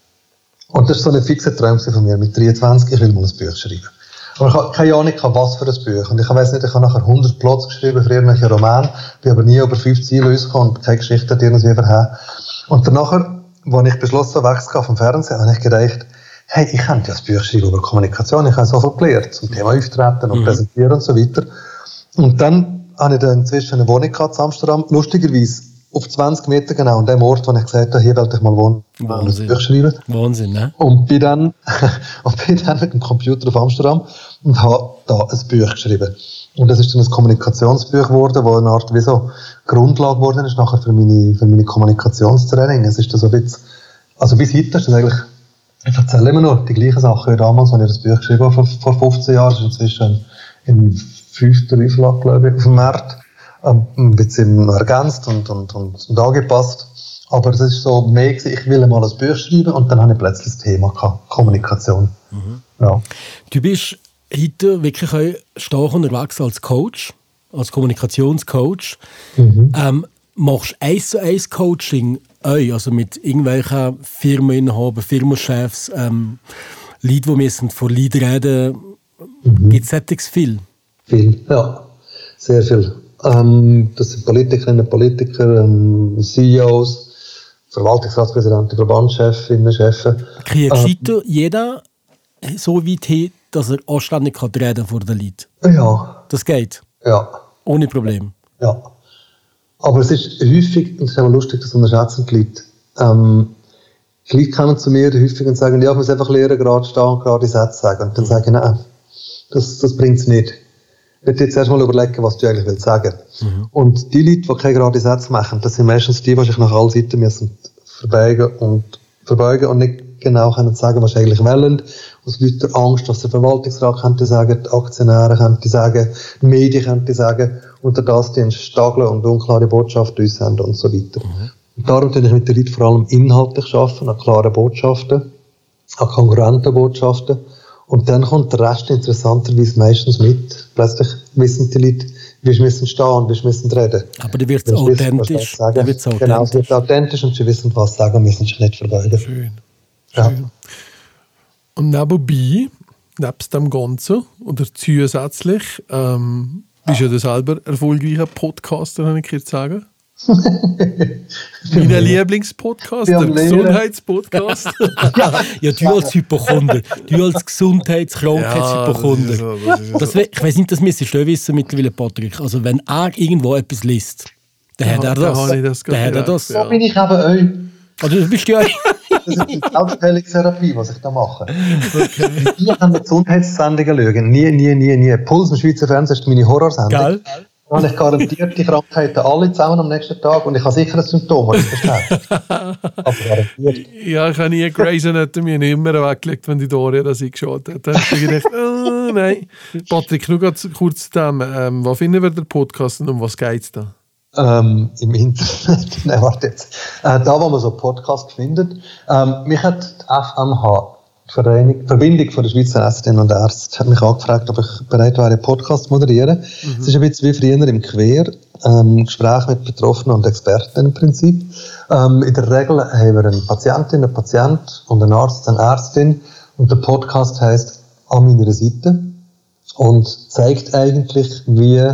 Und das war so ein fixer Traum von mir mit dreiundzwanzig, ich will mal ein Buch schreiben. Aber ich habe keine Ahnung, was für ein Buch. Und ich weiss nicht, ich habe nachher hundert Plots geschrieben für irgendwelche Romane, bin aber nie über fünf Ziele rausgekommen und keine Geschichte hat irgendwie verhauen. Und danach, als ich beschlossen habe, wegzugehen vom Fernsehen, habe ich gedacht, hey, ich könnte ja ein Buch schreiben über Kommunikation, ich habe so viel gelernt zum Thema Auftreten und mhm. Präsentieren und so weiter. Und dann habe ich dann inzwischen eine Wohnung gehabt in Amsterdam, lustigerweise auf zwanzig Meter genau, an dem Ort, wo ich gesagt habe, hier wollte ich mal wohnen und ein Buch schreiben.
Wahnsinn, ne?
Und bin dann, und bin dann mit dem Computer auf Amsterdam und habe da ein Buch geschrieben. Und das ist dann ein Kommunikationsbuch geworden, das eine Art wie so Grundlage geworden ist nachher für meine, für meine Kommunikationstraining. Es ist dann so ein bisschen, also bis heute ist das eigentlich, ich erzähle immer noch die gleichen Sachen wie damals, als ich das Buch geschrieben habe, vor, vor fünfzehn Jahren. Das ist inzwischen in fünfter Auflage, glaube ich, auf dem Markt. Ein bisschen ergänzt und, und, und angepasst. Aber es ist so mehr gewesen, ich will mal ein Buch schreiben und dann habe ich plötzlich das Thema gehabt, Kommunikation. Mhm. Ja.
Du bist heute wirklich auch stark unterwegs als Coach, als Kommunikationscoach. Mhm. Ähm, machst du eins zu eins Coaching auch, also mit irgendwelchen Firmeninhabern, Firmenchefs, ähm, Leute, die müssen vor Leuten reden. Mhm. Gibt es solches viel?
Viel, ja. Sehr viel. Ähm, das sind Politikerinnen, Politiker, ähm, C E Os, Verwaltungsratspräsidenten, Verbandschefinnen, Chefs.
Kriegt ähm, jeder so weit hin, dass er anständig kann reden vor den Leuten?
Ja.
Das geht?
Ja.
Ohne Problem?
Ja. Aber es ist häufig, und es ist auch lustig, das unterschätzen die Leute, ähm, die Leute kommen zu mir häufig und sagen, ja, ich muss einfach lernen, gerade stehen und gerade Sätze sagen. Und dann sage ich, nein, das, das bringt es nicht. Ich jetzt erstmal überlegen, was du eigentlich willst sagen. Mhm. Und die Leute, die keine gerade Sätze machen, das sind meistens die, die sich nach allen Seiten müssen verbeugen und verbeugen und nicht genau können sagen, was sie eigentlich wollen. Aus lauter Angst, was der Verwaltungsrat könnte sagen, die Aktionäre könnte sagen, die Medien könnte sagen, unter das die einen Stagel und unklare Botschaften aussenden und so weiter. Mhm. Und darum tue ich mit den Leuten vor allem inhaltlich arbeiten, an klaren Botschaften, an kongruenten Botschaften. Und dann kommt der Rest interessanterweise meistens mit. Plötzlich wissen die Leute, wie sie müssen stehen und wie sie müssen reden.
Aber da wird es authentisch.
Da wird's authentisch. Genau, es wird authentisch und sie wissen, was sagen und müssen sich nicht verbeugen.
Schön.
Ja.
Schön. Und nebenbei, nebst dem Ganzen oder zusätzlich, ähm, bist du ja selber erfolgreicher Podcaster, kann ich jetzt sagen. Mein Lieblingspodcast, der Gesundheitspodcast.
ja, ja, du als Hypochonder, du als Gesundheitskrankheitshypochonder. Ja, das ist so, das ist so. Ich weiß nicht, das müsstest du wissen mittlerweile, Patrick. Also wenn er irgendwo etwas liest, dann ja, hat er das.
Dann, das
dann hat er das.
So bin ich eben euch.
Oder du bist ja euch.
Das ist die Selbstheilungstherapie, was ich da mache. Okay. Ich kann Gesundheitssendungen schauen. Nie, nie, nie, nie. Puls im Schweizer Fernsehen ist meine Horrorsendung.
Geil.
Und ich garantiert die Krankheiten alle zusammen am nächsten Tag und ich habe sicher ein Symptom, das ich verstehe. Aber garantiert.
Ja, ich habe nie Grey's Anatomy immer weggelegt, wenn die Doria das eingeschaut hat. Da habe ich gedacht, oh, nein. Patrick, nur ganz kurz zu dem. Ähm, wo finden wir den Podcast und um was geht es da?
Ähm, Im Internet. Nein, warte jetzt. Äh, da, wo man so Podcasts findet. Ähm, mich hat die F M H, die Vereinigung, Verbindung von der Schweizer Ärztinnen und Ärzte, hat mich angefragt, ob ich bereit wäre, einen Podcast zu moderieren. Mhm. Es ist ein bisschen wie früher im Quer, ähm, Gespräche mit Betroffenen und Experten im Prinzip. Ähm, in der Regel haben wir eine Patientin, einen Patient und einen Arzt, eine Ärztin. Und der Podcast heisst «An meiner Seite» und zeigt eigentlich, wie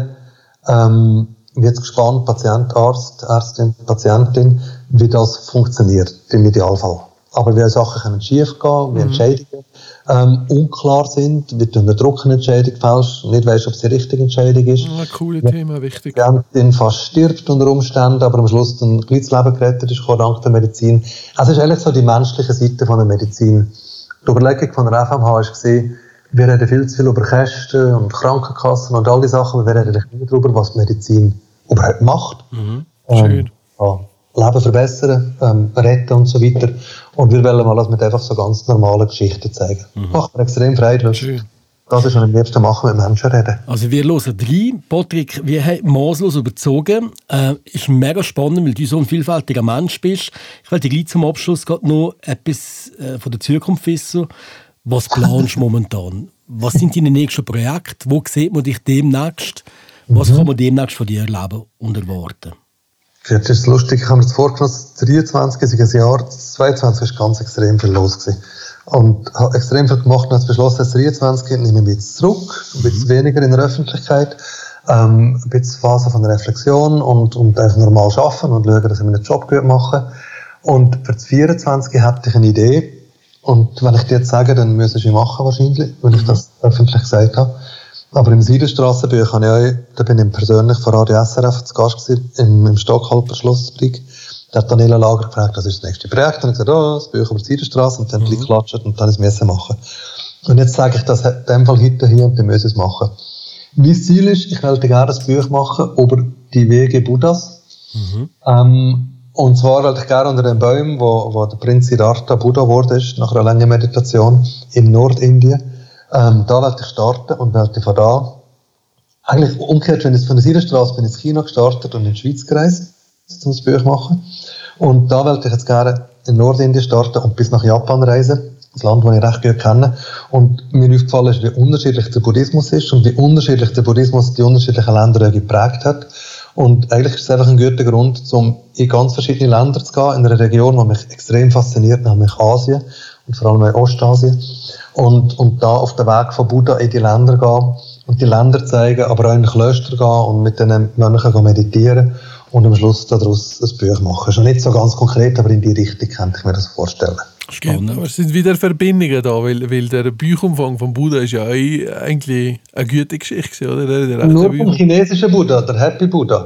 ähm, wie jetzt gespannt, Patient, Arzt, Ärztin, Patientin, wie das funktioniert im Idealfall. Aber wie Sachen können schief gehen, wie mhm. Entscheidungen ähm, unklar sind, wie du eine Druckentscheidung fällst, nicht weißt, ob es die richtige Entscheidung ist.
Ja, cooles Thema, wichtig.
Die Patientin fast stirbt unter Umständen, aber am Schluss dann gleich das Leben gerettet ist, dank der Medizin. Also es ist eigentlich so die menschliche Seite von der Medizin. Die Überlegung von der F M H war, wir reden viel zu viel über Kästen und Krankenkassen und all die Sachen, aber wir reden nicht darüber, was die Medizin überhaupt macht.
Mhm. Schön.
Ähm, ja, Leben verbessern, ähm, retten und so weiter. Und wir wollen mal das mit einfach so ganz normalen Geschichten zeigen. Mhm. Macht mir extrem Freude.
Schön.
Das ist, was am liebsten machen, mit Menschen reden.
Also wir hören rein. Patrick, wir haben maßlos überzogen. Äh, ist mega spannend, weil du so ein vielfältiger Mensch bist. Ich wollte gleich zum Abschluss gerade noch etwas äh, von der Zukunft wissen. Was planst du momentan? Was sind deine nächsten Projekte? Wo sieht man dich demnächst? Was mhm. kann man demnächst von dir erleben und erwarten?
Jetzt ist es lustig, ich habe mir das vorgenommen, dreiundzwanzig ist ein Jahr, zweiundzwanzig war ganz extrem viel los gewesen. Und habe extrem viel gemacht und habe beschlossen, dass dreiundzwanzig nehme ich ein bisschen zurück, ein bisschen mhm. weniger in der Öffentlichkeit, ähm, ein bisschen Phase von Reflexion und, und einfach normal arbeiten und schauen, dass ich meinen Job gut mache. Und für das vierundzwanzig hatte ich eine Idee. Und wenn ich dir jetzt sage, dann müsstest du machen wahrscheinlich, weil ich das öffentlich gesagt habe. Aber im Seidenstrassenbuch habe ich auch, da bin ich persönlich von Radio S R F zu Gast gewesen, im, im Stockhalper Schlossfabrik. Da hat Daniela Lager gefragt, was ist das nächste Projekt? Und ich gesagt, oh, das Buch über die Seidenstrasse. Und dann mhm. geklatscht und dann ist es machen. Und jetzt sage ich das in dem Fall heute hier und dann müssen es machen. Mein Ziel ist, ich wollte gerne ein Buch machen über die Wege Buddhas. Mhm. Ähm, Und zwar wollte ich gerne unter den Bäumen, wo, wo der Prinz Siddhartha Buddha geworden ist, nach einer langen Meditation in Nordindien. Ähm, da wollte ich starten und wollte von da, eigentlich umgekehrt, wenn ich von der Seidenstrasse bin ich ins Kino gestartet und in die Schweiz gereist, um das Buch machen. Und da wollte ich jetzt gerne in Nordindien starten und bis nach Japan reisen, das Land, das ich recht gut kenne. Und mir aufgefallen ist, wie unterschiedlich der Buddhismus ist und wie unterschiedlich der Buddhismus die unterschiedlichen Länder geprägt hat. Und eigentlich ist es einfach ein guter Grund, um in ganz verschiedene Länder zu gehen, in einer Region, die mich extrem fasziniert, nämlich Asien und vor allem in Ostasien. Und, und da auf den Weg von Buddha in die Länder gehen und die Länder zeigen, aber auch in Klöster gehen und mit den Mönchen meditieren und am Schluss daraus ein Buch machen. Schon nicht so ganz konkret, aber in die Richtung könnte ich mir das vorstellen.
Spannend. Aber es sind wieder Verbindungen da, weil, weil der Buchumfang von Buddha ist ja eigentlich eine gute Geschichte, oder? Der, der
Nur vom chinesischen Buddha, der Happy Buddha.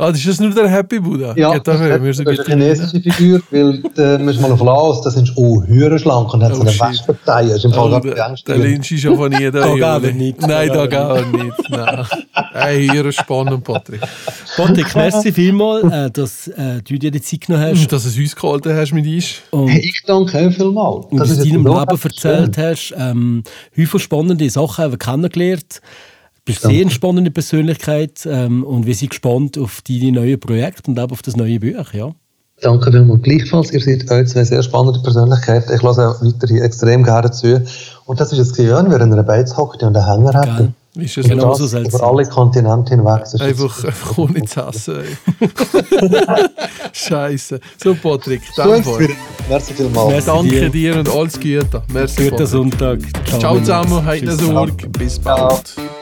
Ah, das ist das nur der Happy Buddha?
Ja,
Geht
das,
da
das,
so
das ist eine chinesische Figur, weil der, man ist mal auf Laos, das ist auch höher schlank und hat
Oh,
so eine
shit.
Wespenteil. Das ist im Fall
Oh,
gar nicht
der,
Angst.
der Lynch ist ja von nie da.
Da gehen wir
Juli.
nicht.
Nein,
Da
da
gehen
gehen wir nicht. Nein. Hey, hier ist spannend, Patrick.
Patrick, merci vielmals, äh, dass äh, du dir die Zeit genommen hast.
Dass du es uns gehalten hast mit uns.
Und,
Hey, ich danke auch vielmals.
und
Das
aus
ist
deinem
jetzt
Leben
so
erzählt
schön.
hast. Ähm, viele spannende Sachen haben wir kennengelernt. Du bist
Danke.
sehr eine spannende Persönlichkeit ähm, und wir sind gespannt auf deine neuen Projekte und auch auf das neue Buch. Ja.
Danke vielmals. Gleichfalls, ihr seid auch zwei sehr spannende Persönlichkeiten. Ich lasse auch weiterhin extrem gerne zu. Und das ist jetzt gewesen, wenn einer Beiz hockt und einen Hänger hat.
Gell?
Ist es
Genau
Das
so soll es
über
sein.
alle Kontinente hinweg. Das ist
einfach,
jetzt-
einfach ohne zu essen. ey. Scheiße. So, Patrick,
Gut,
danke.
merci vielmals.
Merci
Danke
dir.
dir und alles Gute. Merci,
Guten
Patrick.
Sonntag.
Ciao zusammen, habt eine
Tschüss.
Sorge. Bis
Ciao.
bald.